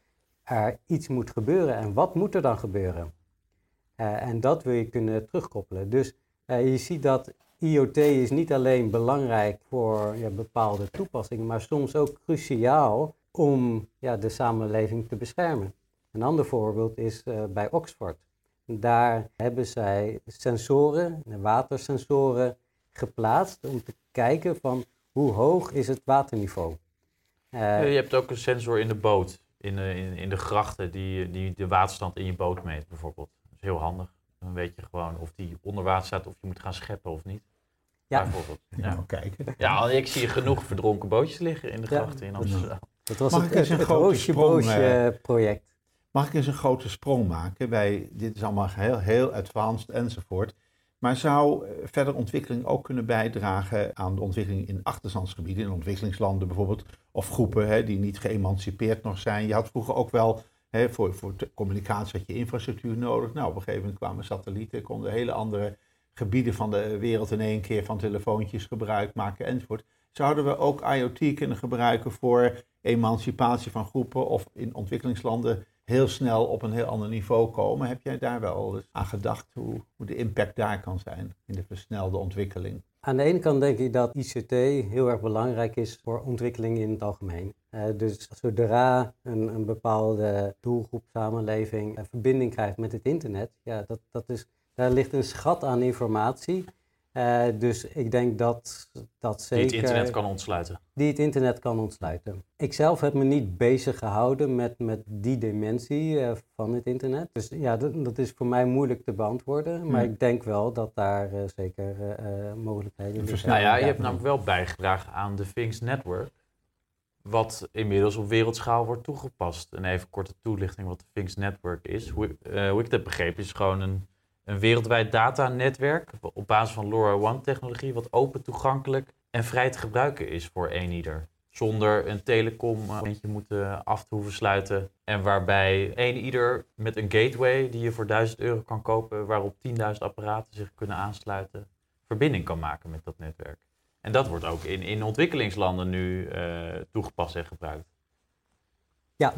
er iets moet gebeuren. En wat moet er dan gebeuren? Uh, en dat wil je kunnen terugkoppelen. Dus uh, je ziet dat I O T is niet alleen belangrijk voor ja, bepaalde toepassingen, maar soms ook cruciaal om ja, de samenleving te beschermen. Een ander voorbeeld is uh, bij Oxford. Daar hebben zij sensoren, watersensoren geplaatst om te kijken van hoe hoog is het waterniveau. Uh, ja, je hebt ook een sensor in de boot. in, de, in, in de grachten die, die de waterstand in je boot meet bijvoorbeeld. Dat is heel handig. Dan weet je gewoon of die onder water staat of je moet gaan scheppen of niet. Ja. Bijvoorbeeld. Ja, Ja. maar kijken. Ja, ik zie genoeg verdronken bootjes liggen in de Ja. grachten in Amsterdam. Dat was Mag het, ik eens het, een het grote Roosje sprong, Broosje eh, project. Mag ik eens een grote sprong maken? Bij, dit is allemaal heel, heel advanced enzovoort. Maar zou eh, verdere ontwikkeling ook kunnen bijdragen aan de ontwikkeling in achterstandsgebieden, in ontwikkelingslanden bijvoorbeeld, of groepen hè, die niet geëmancipeerd nog zijn? Je had vroeger ook wel, hè, voor, voor te- communicatie had je infrastructuur nodig. Nou, op een gegeven moment kwamen satellieten, konden hele andere gebieden van de wereld in één keer van telefoontjes gebruik maken enzovoort. Zouden we ook IoT kunnen gebruiken voor emancipatie van groepen of in ontwikkelingslanden heel snel op een heel ander niveau komen? Heb jij daar wel eens aan gedacht hoe, hoe de impact daar kan zijn in de versnelde ontwikkeling? Aan de ene kant denk ik dat I C T heel erg belangrijk is voor ontwikkeling in het algemeen. Uh, dus zodra een, een bepaalde doelgroep samenleving een verbinding krijgt met het internet, ja, dat, dat is, daar ligt een schat aan informatie. Uh, dus ik denk dat dat zeker... Die het internet kan ontsluiten. Die het internet kan ontsluiten. Ik zelf heb me niet bezig gehouden met, met die dimensie uh, van het internet. Dus ja, dat, dat is voor mij moeilijk te beantwoorden. Maar Hmm. ik denk wel dat daar uh, zeker uh, mogelijkheden liggen. Nou ja, je hebt namelijk wel bijgedragen aan de Things Network. Wat inmiddels op wereldschaal wordt toegepast. En even korte toelichting wat de Things Network is. Hoe, uh, hoe ik dat begreep is gewoon een... Een wereldwijd datanetwerk op basis van LoRaWAN-technologie, wat open, toegankelijk en vrij te gebruiken is voor eenieder. Zonder een telecom eentje moeten af te hoeven sluiten. En waarbij eenieder met een gateway die je voor duizend euro kan kopen, waarop tienduizend apparaten zich kunnen aansluiten, verbinding kan maken met dat netwerk. En dat wordt ook in, in ontwikkelingslanden nu uh, toegepast en gebruikt. Ja,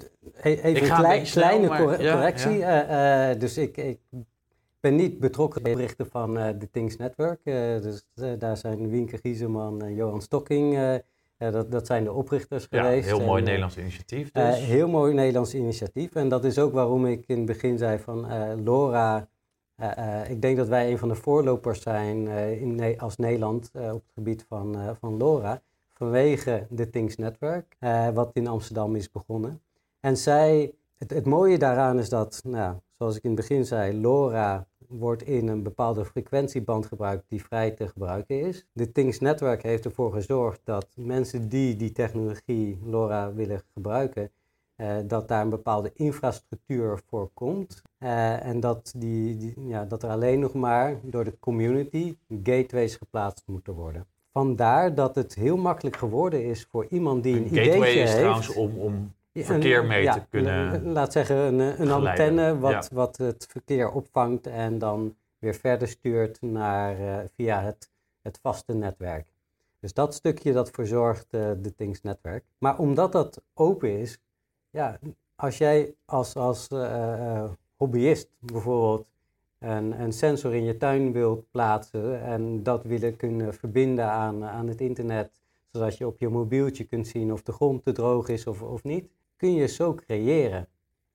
even een klei, kleine snel, maar, correctie. Ja, ja. Uh, uh, dus ik... ik Ik ben niet betrokken bij de berichten van uh, de Things Network. Uh, dus uh, daar zijn Wienke Gieseman en Johan Stocking, uh, uh, dat, dat zijn de oprichters ja, geweest. Heel mooi en, Nederlands initiatief dus. Uh, heel mooi Nederlands initiatief. En dat is ook waarom ik in het begin zei van uh, LoRa. Uh, uh, ik denk dat wij een van de voorlopers zijn uh, in ne- als Nederland uh, op het gebied van, uh, van LoRa. Vanwege de Things Network, uh, wat in Amsterdam is begonnen. En zij, het, het mooie daaraan is dat, nou, zoals ik in het begin zei, LoRa wordt in een bepaalde frequentieband gebruikt die vrij te gebruiken is. De Things Network heeft ervoor gezorgd dat mensen die die technologie LoRa willen gebruiken, uh, dat daar een bepaalde infrastructuur voor komt. Uh, en dat, die, die, ja, dat er alleen nog maar door de community gateways geplaatst moeten worden. Vandaar dat het heel makkelijk geworden is voor iemand die een, een ideetje gateway is heeft. trouwens om... om verkeer mee ja, te kunnen laat zeggen een, een antenne wat, ja. wat het verkeer opvangt en dan weer verder stuurt naar, uh, via het, het vaste netwerk. Dus dat stukje dat verzorgt uh, de Things Netwerk. Maar omdat dat open is, ja, als jij als, als uh, uh, hobbyist bijvoorbeeld een, een sensor in je tuin wilt plaatsen en dat willen kunnen verbinden aan, aan het internet, zodat je op je mobieltje kunt zien of de grond te droog is of, of niet, kun je zo creëren.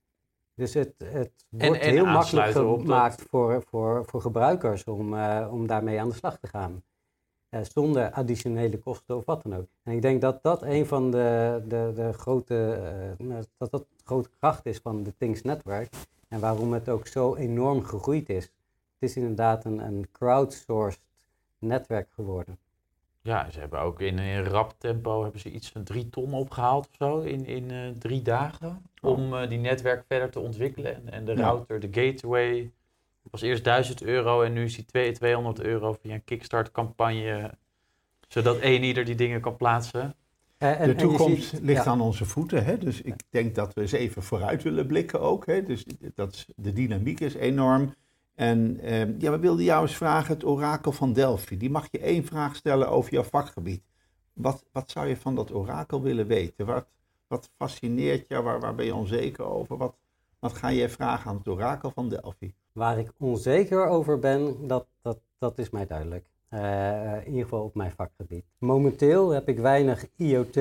Dus het, het wordt en, en heel makkelijk gemaakt dat... voor, voor, voor gebruikers om, uh, om daarmee aan de slag te gaan. Uh, zonder additionele kosten of wat dan ook. En ik denk dat dat een van de, de, de grote, uh, dat dat grote kracht is van de Things Network. En waarom het ook zo enorm gegroeid is. Het is inderdaad een, een crowdsourced netwerk geworden. Ja, ze hebben ook in een rap tempo hebben ze iets van drie ton opgehaald of zo in, in uh, drie dagen. Oh. Om uh, die netwerk verder te ontwikkelen. En, en de ja. router, de gateway, was eerst duizend euro en nu is die tweehonderd euro via een Kickstart campagne. Zodat eenieder die dingen kan plaatsen. Uh, en, de toekomst ziet, ligt ja. aan onze voeten. Hè? Dus ik denk dat we eens even vooruit willen blikken ook. Hè? Dus dat is, de dynamiek is enorm. En uh, ja, we wilden jou eens vragen, het orakel van Delphi. Die mag je één vraag stellen over jouw vakgebied. Wat, wat zou je van dat orakel willen weten? Wat, wat fascineert je? Waar, waar ben je onzeker over? Wat, wat ga je vragen aan het orakel van Delphi? Waar ik onzeker over ben, dat, dat, dat is mij duidelijk. Uh, in ieder geval op mijn vakgebied. Momenteel heb ik weinig I O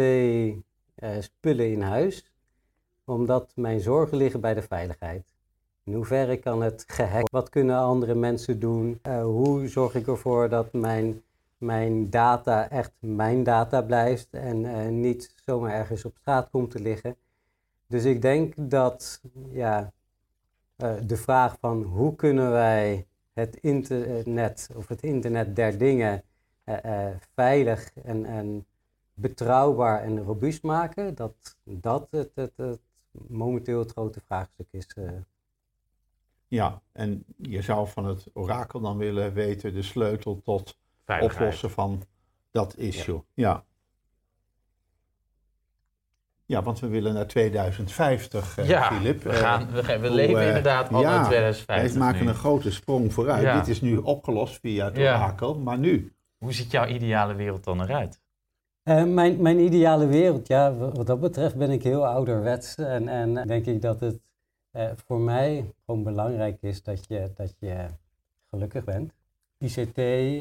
T-spullen uh, in huis, omdat mijn zorgen liggen bij de veiligheid. In hoeverre kan het gehackt? Wat kunnen andere mensen doen? Uh, hoe zorg ik ervoor dat mijn, mijn data echt mijn data blijft en uh, niet zomaar ergens op straat komt te liggen? Dus ik denk dat ja, uh, de vraag van hoe kunnen wij het internet of het internet der dingen uh, uh, veilig en, en betrouwbaar en robuust maken, dat dat het, het, het momenteel het grote vraagstuk is. Uh. Ja, en je zou van het orakel dan willen weten de sleutel tot Veiligheid. Oplossen van dat issue. Ja. ja. Ja, want we willen naar tweeduizend vijftig, uh, ja, Philip. we, gaan, we, gaan, we hoe, leven uh, inderdaad al ja, naar tweeduizend vijftig. We maken nu. een grote sprong vooruit. Ja. Dit is nu opgelost via het Ja. orakel, maar nu? Hoe ziet jouw ideale wereld dan eruit? Uh, mijn, mijn ideale wereld, ja, wat dat betreft ben ik heel ouderwets. En, en denk ik dat het uh, voor mij gewoon belangrijk is dat je, dat je gelukkig bent. I C T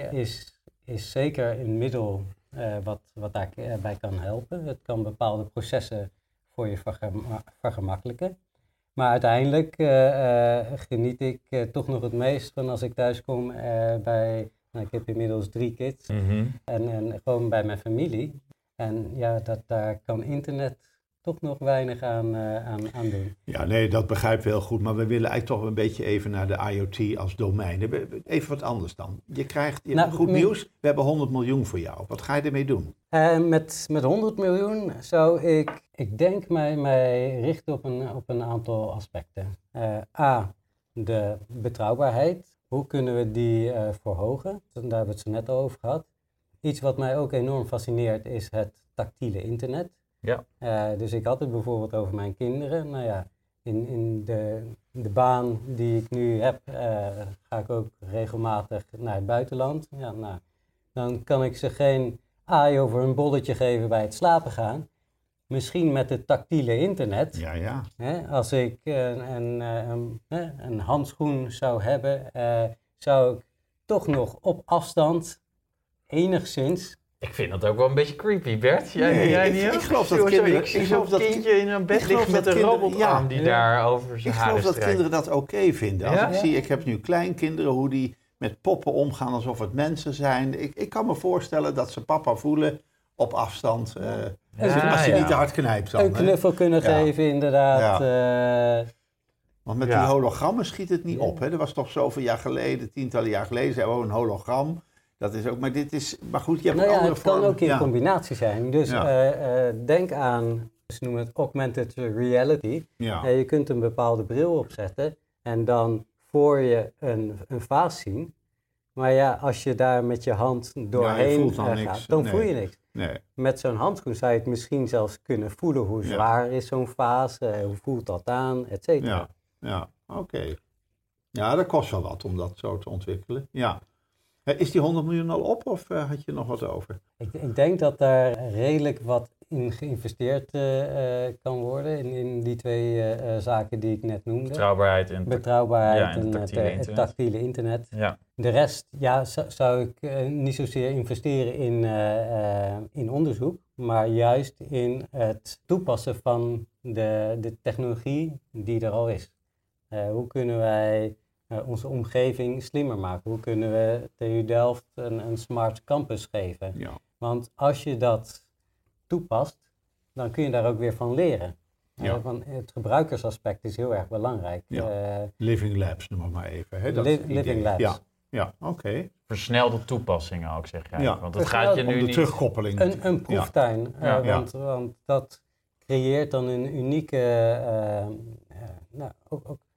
is, is zeker een middel uh, wat, wat daarbij kan helpen. Het kan bepaalde processen voor je vergema- vergemakkelijken. Maar uiteindelijk uh, uh, geniet ik uh, toch nog het meest van als ik thuis kom uh, bij... Nou, ik heb inmiddels drie kids Mm-hmm. en, en gewoon bij mijn familie. En ja, dat, daar kan internet toch nog weinig aan, uh, aan, aan doen. Ja, nee, dat begrijpen we heel goed. Maar we willen eigenlijk toch een beetje even naar de I O T als domein. Even wat anders dan. Je krijgt je Nou, goed met- nieuws. We hebben honderd miljoen voor jou. Wat ga je ermee doen? Uh, met, met honderd miljoen zou ik, ik denk, mij, mij richten op een, op een aantal aspecten. Uh, A, de betrouwbaarheid. Hoe kunnen we die uh, verhogen? Daar hebben we het zo net al over gehad. Iets wat mij ook enorm fascineert is het tactiele internet. Ja. Uh, dus ik had het bijvoorbeeld over mijn kinderen. Nou ja, in, in de, de baan die ik nu heb, uh, ga ik ook regelmatig naar het buitenland. Ja, nou, dan kan ik ze geen aai over een bolletje geven bij het slapen gaan. Misschien met het tactiele internet. Ja, ja. Hè, als ik uh, een, uh, een, uh, een handschoen zou hebben, uh, zou ik toch nog op afstand enigszins... Ik vind dat ook wel een beetje creepy, Bert. Jij, Nee, jij ik- niet ik ook? geloof dat Zo- zo- kinderen- Ik zie ik zo'n geloof dat kindje in een bed ik geloof liggen met dat een kinderen- robotarm ja, die ja. daar over zijn Ik haren geloof dat strijkt. kinderen dat oké vinden. Als Ja? ik Ja. zie, ik heb nu kleinkinderen, hoe die met poppen omgaan alsof het mensen zijn. Ik, ik kan me voorstellen dat ze papa voelen op afstand. eh, als je, Ja, als je ja. niet te hard knijpt dan. Een hè. knuffel kunnen Ja. geven, inderdaad. Uh, Want met Ja. die hologrammen schiet het niet Ja. op. Hè? Er was toch zoveel jaar geleden, tientallen jaar geleden, zei oh, een hologram. Dat is ook, maar dit is, maar goed, je hebt nou een ja, andere het kan vorm. ook in ja. combinatie zijn. Dus Ja. uh, uh, denk aan, ze noemen het augmented reality. Ja. Uh, je kunt een bepaalde bril opzetten en dan voor je een, een vaas zien. Maar ja, als je daar met je hand doorheen voelt dan uh, niks. gaat, dan Nee. voel je niks. Nee. Met zo'n handschoen zou je het misschien zelfs kunnen voelen. Hoe Ja. zwaar is zo'n vaas, uh, hoe voelt dat aan, et cetera. Ja, ja. oké. Ja, dat kost wel wat om dat zo te ontwikkelen. Ja. Eh, Is die honderd miljoen al op of uh, had je nog wat over? Ik, ik denk dat daar redelijk wat in geïnvesteerd uh, uh, kan worden. In, in die twee uh, uh, zaken die ik net noemde. Betrouwbaarheid en... Betrouwbaarheid Ja, en en, het het, tactiele uh, het internet. tactiele internet. Ja. De rest ja, zou, zou ik uh, niet zozeer investeren in, uh, uh, in onderzoek, maar juist in het toepassen van de, de technologie die er al is. Uh, hoe kunnen wij uh, onze omgeving slimmer maken? Hoe kunnen we T U Delft een, een smart campus geven? Ja. Want als je dat toepast, dan kun je daar ook weer van leren. Ja. Uh, want het gebruikersaspect is heel erg belangrijk. Ja. Uh, Living Labs, noem het maar even. Hè? Dat li- is het idee. living labs. Ja, ja oké. Versnelde toepassingen ook, zeg jij. Ja. Want dat gaat je Om nu de niet... terugkoppeling. Een, een proeftuin, uh, Ja. Ja. want, want dat creëert dan een unieke, uh, uh, nou, ook, ook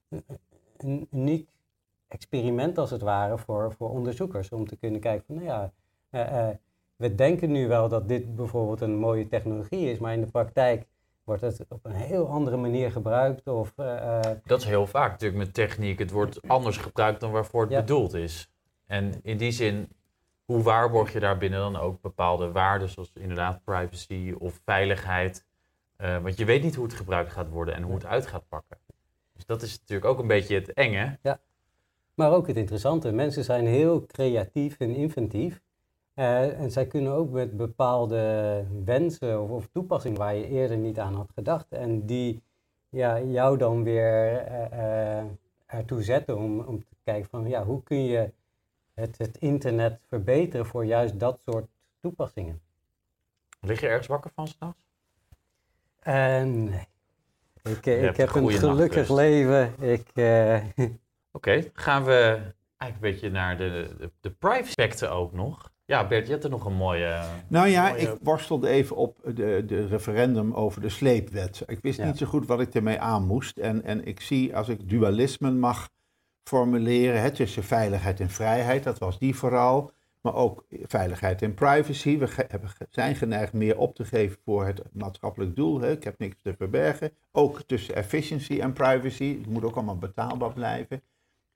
een uniek experiment als het ware voor, voor onderzoekers. Om te kunnen kijken van, nou ja, uh, uh, we denken nu wel dat dit bijvoorbeeld een mooie technologie is, maar in de praktijk wordt het op een heel andere manier gebruikt. Of, uh, uh, Dat is heel vaak natuurlijk met techniek. Het wordt anders gebruikt dan waarvoor het Ja. bedoeld is. En in die zin, hoe waarborg je daarbinnen dan ook bepaalde waarden, zoals inderdaad privacy of veiligheid? Uh, want je weet niet hoe het gebruikt gaat worden en hoe het uit gaat pakken. Dus dat is natuurlijk ook een beetje het enge. Maar ook het interessante, mensen zijn heel creatief en inventief. Uh, en zij kunnen ook met bepaalde wensen of, of toepassingen waar je eerder niet aan had gedacht. En die ja, jou dan weer uh, uh, ertoe zetten om, om te kijken van ja, hoe kun je het, het internet verbeteren voor juist dat soort toepassingen. Lig je ergens wakker van s'nachts? Uh, nee. Ik, Je ik hebt heb een een goede gelukkig nachtrust. leven. Ik, eh, Oké, okay, gaan we eigenlijk een beetje naar de, de, de privacy aspecten ook nog. Ja, Bert, je hebt er nog een mooie... Nou ja, mooie... ik worstelde even op de, de referendum over de sleepwet. Ik wist Ja. niet zo goed wat ik ermee aan moest. En, en ik zie, als ik dualisme mag formuleren, hè, tussen veiligheid en vrijheid, dat was die vooral. Maar ook veiligheid en privacy. We ge- hebben, zijn geneigd meer op te geven voor het maatschappelijk doel. Hè. Ik heb niks te verbergen. Ook tussen efficiency en privacy. Het moet ook allemaal betaalbaar blijven.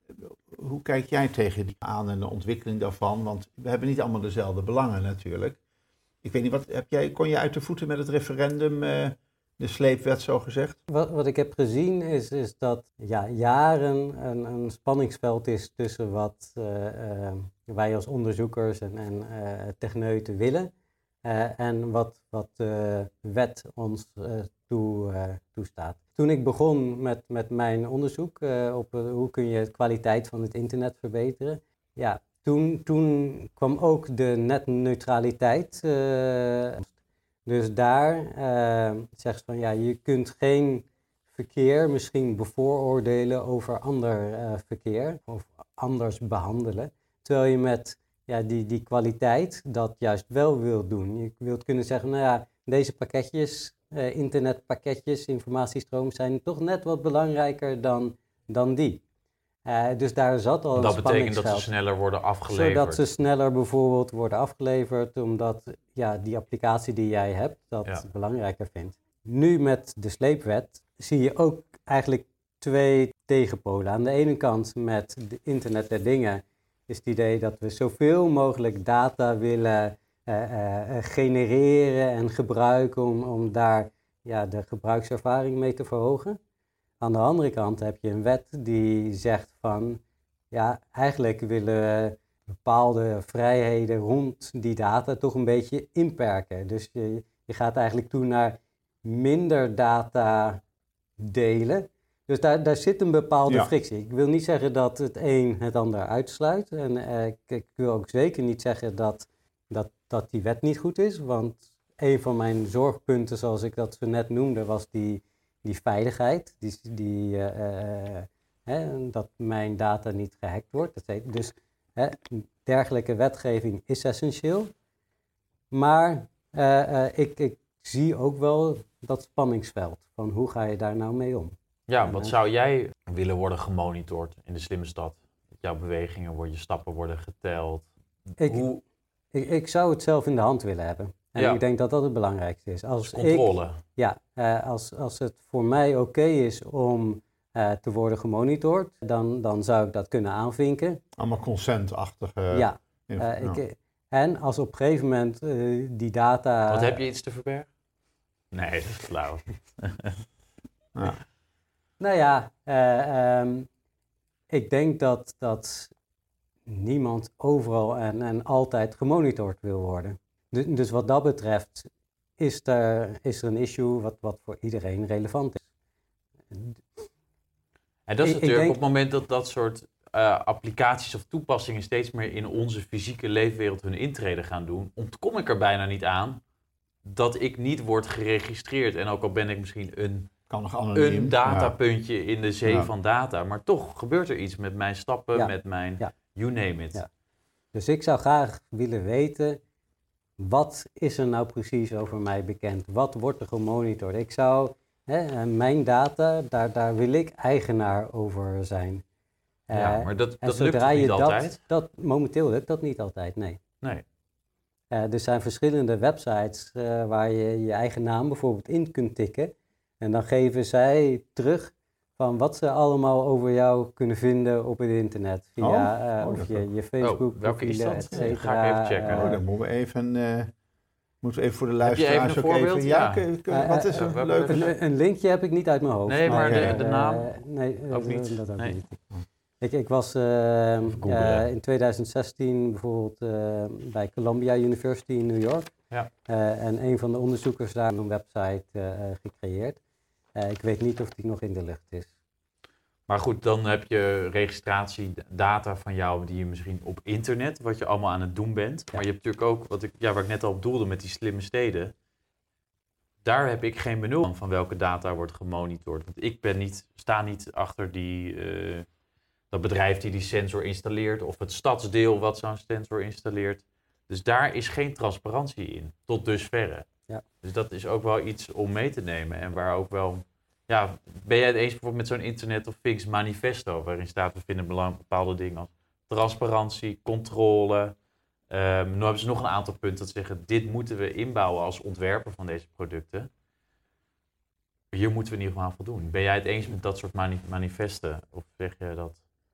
Hoe kijk jij tegen die aan en de ontwikkeling daarvan? Want we hebben niet allemaal dezelfde belangen natuurlijk. Ik weet niet, wat heb jij, kon je uit de voeten met het referendum, uh, de sleepwet zo gezegd? wat, wat ik heb gezien is, is dat ja, jaren een, een spanningsveld is tussen wat uh, uh, wij als onderzoekers en, en uh, techneuten willen uh, en wat, wat de wet ons uh, toe, uh, toestaat. Toen ik begon met, met mijn onderzoek uh, op uh, hoe kun je de kwaliteit van het internet verbeteren, ja, toen, toen kwam ook de netneutraliteit. Uh, dus daar uh, zegt ze van ja, je kunt geen verkeer misschien bevooroordelen over ander uh, verkeer of anders behandelen. Terwijl je met ja, die, die kwaliteit dat juist wel wilt doen. Je wilt kunnen zeggen, nou ja, deze pakketjes, uh, internetpakketjes, informatiestroom zijn toch net wat belangrijker dan, dan die. Uh, dus daar zat al dat een betekent dat ze spanningsveld. sneller worden afgeleverd. Zodat ze sneller bijvoorbeeld worden afgeleverd, omdat ja, die applicatie die jij hebt, dat Ja. belangrijker vindt. Nu met de sleepwet zie je ook eigenlijk twee tegenpolen. Aan de ene kant met de internet der dingen is het idee dat we zoveel mogelijk data willen uh, uh, genereren en gebruiken om, om daar ja, de gebruikservaring mee te verhogen. Aan de andere kant heb je een wet die zegt van, ja, eigenlijk willen we bepaalde vrijheden rond die data toch een beetje inperken. Dus je, je gaat eigenlijk toe naar minder data delen. Dus daar, daar zit een bepaalde Ja. frictie. Ik wil niet zeggen dat het een het ander uitsluit. En eh, ik, ik wil ook zeker niet zeggen dat, dat, dat die wet niet goed is. Want een van mijn zorgpunten, zoals ik dat zo net noemde, was die, die veiligheid. Die, die, uh, uh, hè, dat mijn data niet gehackt wordt. Dat heet, dus hè, dergelijke wetgeving is essentieel. Maar uh, uh, ik, ik zie ook wel dat spanningsveld. Van hoe ga je daar nou mee om? Ja, wat zou jij willen worden gemonitord in de slimme stad? Dat jouw bewegingen worden, je stappen worden geteld. Ik, Hoe... ik, ik zou het zelf in de hand willen hebben. En Ja. ik denk dat dat het belangrijkste is. Als Controle. Ik, ja, uh, als, als het voor mij oké okay is om uh, te worden gemonitord, dan, dan zou ik dat kunnen aanvinken. Allemaal consentachtige... ja. Info, Uh, ja. ik, en als op een gegeven moment uh, die data... Wat heb je iets te verbergen? Nee, dat is flauw. Ja. Nou ja, uh, um, ik denk dat, dat niemand overal en, en altijd gemonitord wil worden. Dus, dus wat dat betreft is er, is er een issue wat, wat voor iedereen relevant is. En dat is Ik- ik natuurlijk denk- op het moment dat dat soort uh, applicaties of toepassingen steeds meer in onze fysieke leefwereld hun intrede gaan doen, ontkom ik er bijna niet aan dat ik niet word geregistreerd. En ook al ben ik misschien een, Kan nog anoniem. een datapuntje in de zee Ja. van data, maar toch gebeurt er iets met mijn stappen, Ja. met mijn Ja. you name it. Ja. Dus ik zou graag willen weten, wat is er nou precies over mij bekend? Wat wordt er gemonitord? Ik zou, hè, mijn data, daar, daar wil ik eigenaar over zijn. Ja, Eh, maar dat, en dat lukt zodra toch niet je altijd? dat, dat, momenteel lukt dat niet altijd, nee. Nee. Eh, er zijn verschillende websites eh, waar je je eigen naam bijvoorbeeld in kunt tikken. En dan geven zij terug van wat ze allemaal over jou kunnen vinden op het internet. Via Oh, eh, oh, of dat je, ook. je Facebook Oh, welke is profielen, dat? et Ja, cetera. ga ik even checken. Eh, Oh, dan moeten we even, uh, moeten we even voor de Heb je even luisteraars een ook voorbeeld? even... Ja. kun- kun- Eh, wat eh, is eh, een we hebben leuke... even- Een, een linkje heb ik niet uit mijn hoofd. Nee, maar de- eh, de naam? nee, eh, Ook niet? Dat ook Nee. niet. Ik, ik was uh, googlen. uh, in twintig zestien bijvoorbeeld uh, bij Columbia University in New York. Ja. Uh, en een van de onderzoekers daar heeft een website uh, gecreëerd. Uh, ik weet niet of die nog in de lucht is. Maar goed, dan heb je registratiedata van jou die je misschien op internet, wat je allemaal aan het doen bent. Ja. Maar je hebt natuurlijk ook, wat ik, ja, waar ik net al op doelde met die slimme steden. daar heb ik geen benul van, van welke data wordt gemonitord. Want ik ben niet, sta niet achter die, uh, dat bedrijf die die sensor installeert of het stadsdeel wat zo'n sensor installeert. Dus daar is geen transparantie in, tot dusverre. Ja. Dus dat is ook wel iets om mee te nemen en waar ook wel... Ja, ben jij het eens bijvoorbeeld met zo'n Internet of Things manifesto, waarin staat we vinden belang bepaalde dingen als transparantie, controle. Um, nu hebben ze nog een aantal punten dat zeggen, dit moeten we inbouwen als ontwerper van deze producten. Hier moeten we in ieder geval aan voldoen. Ben jij het eens met dat soort mani- manifesten? Of zeg je dat?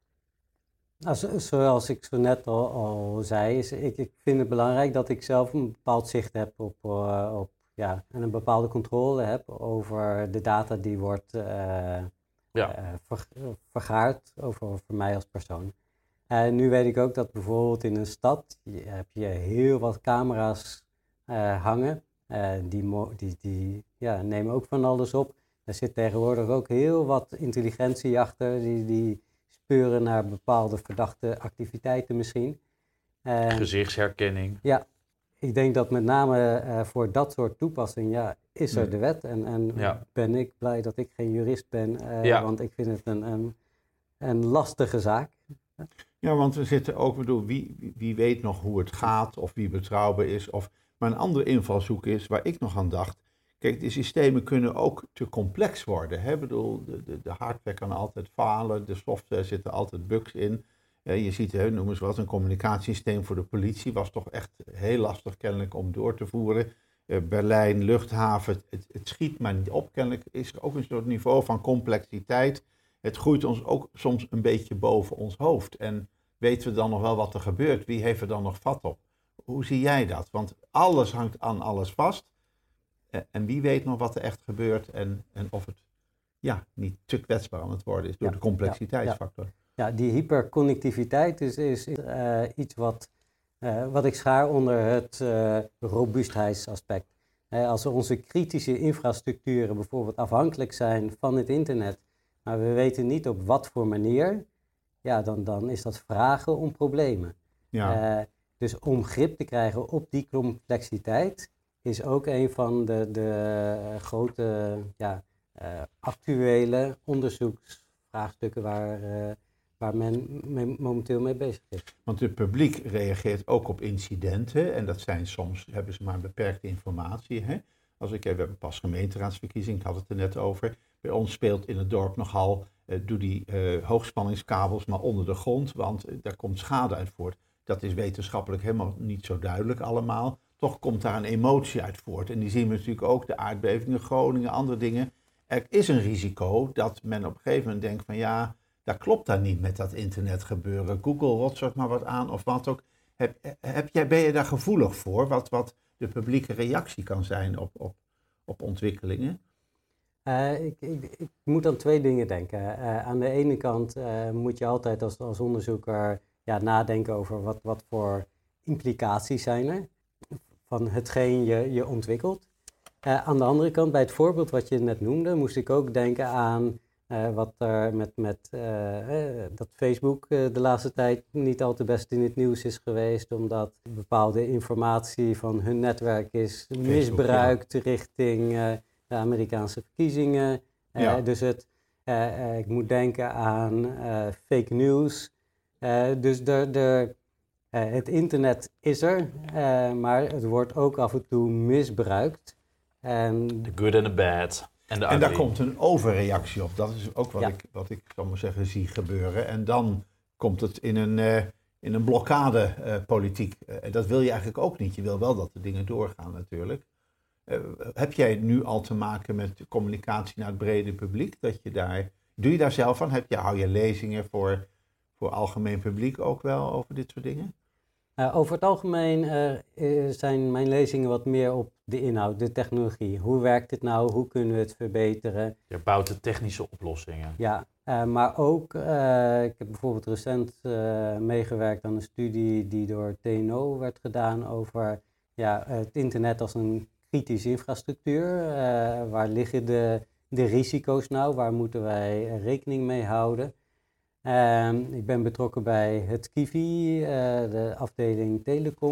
Nou, zo, zoals ik zo net al, al zei, is, ik, ik vind het belangrijk dat ik zelf een bepaald zicht heb op, uh, op ja, en een bepaalde controle heb over de data die wordt uh, ja. uh, ver, vergaard over, over mij als persoon. En nu weet ik ook dat bijvoorbeeld in een stad je, heb je heel wat camera's uh, hangen. Uh, die mo- die, die ja, nemen ook van alles op. Er zit tegenwoordig ook heel wat intelligentie achter. Die, die speuren naar bepaalde verdachte activiteiten misschien. Uh, Gezichtsherkenning. Ja, ik denk dat met name uh, voor dat soort toepassing ja, is er de wet. En, en ja. ben ik blij dat ik geen jurist ben. Uh, ja. Want ik vind het een, een, een lastige zaak. Ja, want we zitten ook, bedoel, wie, wie weet nog hoe het gaat of wie betrouwbaar is. Of, maar een andere invalshoek is, waar ik nog aan dacht. Kijk, de systemen kunnen ook te complex worden. Hè? Ik bedoel, de, de, de hardware kan altijd falen, de software zitten altijd bugs in. Uh, je ziet, hè, noem eens wat, een communicatiesysteem voor de politie was toch echt heel lastig kennelijk om door te voeren. Uh, Berlijn, luchthaven, het, het schiet maar niet op. Kennelijk is er ook een soort niveau van complexiteit. Het groeit ons ook soms een beetje boven ons hoofd. En weten we dan nog wel wat er gebeurt? Wie heeft er dan nog vat op? Hoe zie jij dat? Want alles hangt aan alles vast. En wie weet nog wat er echt gebeurt en, en of het ja, niet te kwetsbaar aan het worden is door ja, de complexiteitsfactor. Ja, ja. ja, die hyperconnectiviteit is, is uh, iets wat, uh, wat ik schaar onder het uh, robuustheidsaspect. Uh, als onze kritische infrastructuren bijvoorbeeld afhankelijk zijn van het internet, maar we weten niet op wat voor manier, ja, dan, dan is dat vragen om problemen. Ja. Uh, dus om grip te krijgen op die complexiteit is ook een van de, de grote ja, uh, actuele onderzoeksvraagstukken waar, uh, waar men mee, momenteel mee bezig is. Want het publiek reageert ook op incidenten en dat zijn soms, hebben ze maar beperkte informatie. Hè? Als ik, we hebben pas gemeenteraadsverkiezing, ik had het er net over. Bij ons speelt in het dorp nogal, uh, doe die uh, hoogspanningskabels maar onder de grond, want uh, daar komt schade uit voort. Dat is wetenschappelijk helemaal niet zo duidelijk allemaal. Toch komt daar een emotie uit voort. En die zien we natuurlijk ook, de aardbevingen, Groningen, andere dingen. Er is een risico dat men op een gegeven moment denkt van ja, dat klopt daar niet met dat internet gebeuren. Google rotzort maar wat aan of wat ook. Heb, heb jij, ben je daar gevoelig voor, wat, wat de publieke reactie kan zijn op, op, op ontwikkelingen? Uh, ik, ik, ik moet aan twee dingen denken. Uh, aan de ene kant uh, moet je altijd als, als onderzoeker ja, nadenken over wat, wat voor implicaties zijn er van hetgeen je, je ontwikkelt. Uh, aan de andere kant, bij het voorbeeld wat je net noemde, moest ik ook denken aan uh, wat er met, met uh, uh, dat Facebook uh, de laatste tijd niet al te best in het nieuws is geweest, omdat bepaalde informatie van hun netwerk is Facebook, misbruikt ja. richting uh, de Amerikaanse verkiezingen. Uh, ja. Dus het, uh, uh, ik moet denken aan uh, fake news. Uh, dus de, de Uh, het internet is er, uh, maar het wordt ook af en toe misbruikt. The good and the bad. En, de en daar komt een overreactie op. Dat is ook wat, ja. ik, wat ik, zal maar zeggen, zie gebeuren. En dan komt het in een, uh, in een blokkade uh, politiek. En uh, dat wil je eigenlijk ook niet. Je wil wel dat de dingen doorgaan natuurlijk. Uh, heb jij nu al te maken met communicatie naar het brede publiek? Dat je daar, doe je daar zelf aan? Heb je, hou je lezingen voor, voor algemeen publiek ook wel over dit soort dingen? Uh, over het algemeen uh, zijn mijn lezingen wat meer op de inhoud, de technologie. Hoe werkt het nou? Hoe kunnen we het verbeteren? Je bouwt de technische oplossingen. Ja, uh, maar ook, uh, ik heb bijvoorbeeld recent uh, meegewerkt aan een studie die door T N O werd gedaan over ja, het internet als een kritische infrastructuur. Uh, waar liggen de, de risico's nou? Waar moeten wij rekening mee houden? Um, ik ben betrokken bij het Kivi, uh, de afdeling Telecom.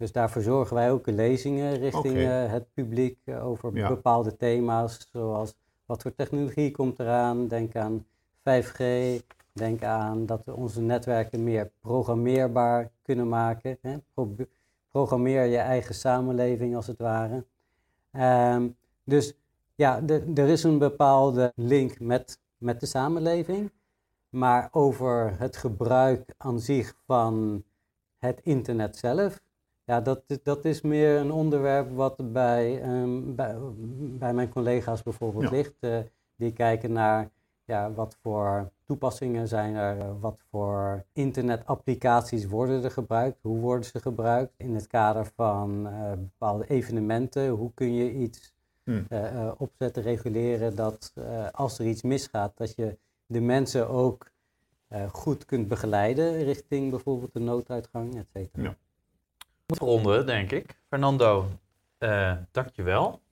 Dus daar verzorgen wij ook lezingen richting Oké. uh, het publiek uh, over Ja. bepaalde thema's, zoals wat voor technologie komt eraan. Denk aan vijf G, denk aan dat we onze netwerken meer programmeerbaar kunnen maken. Hè? Pro- programmeer je eigen samenleving als het ware. Um, dus ja, de, er is een bepaalde link met, met de samenleving, maar over het gebruik aan zich van het internet zelf, ja, dat, dat is meer een onderwerp wat bij, um, bij, bij mijn collega's bijvoorbeeld Ja. ligt. Uh, die kijken naar ja, wat voor toepassingen zijn er, uh, wat voor internetapplicaties worden er gebruikt, hoe worden ze gebruikt in het kader van uh, bepaalde evenementen, hoe kun je iets hmm. uh, uh, opzetten, reguleren, dat uh, als er iets misgaat, dat je de mensen ook uh, goed kunt begeleiden richting bijvoorbeeld de nooduitgang, et cetera. Ja. Moet ronden, denk ik. Fernando, uh, dank je wel.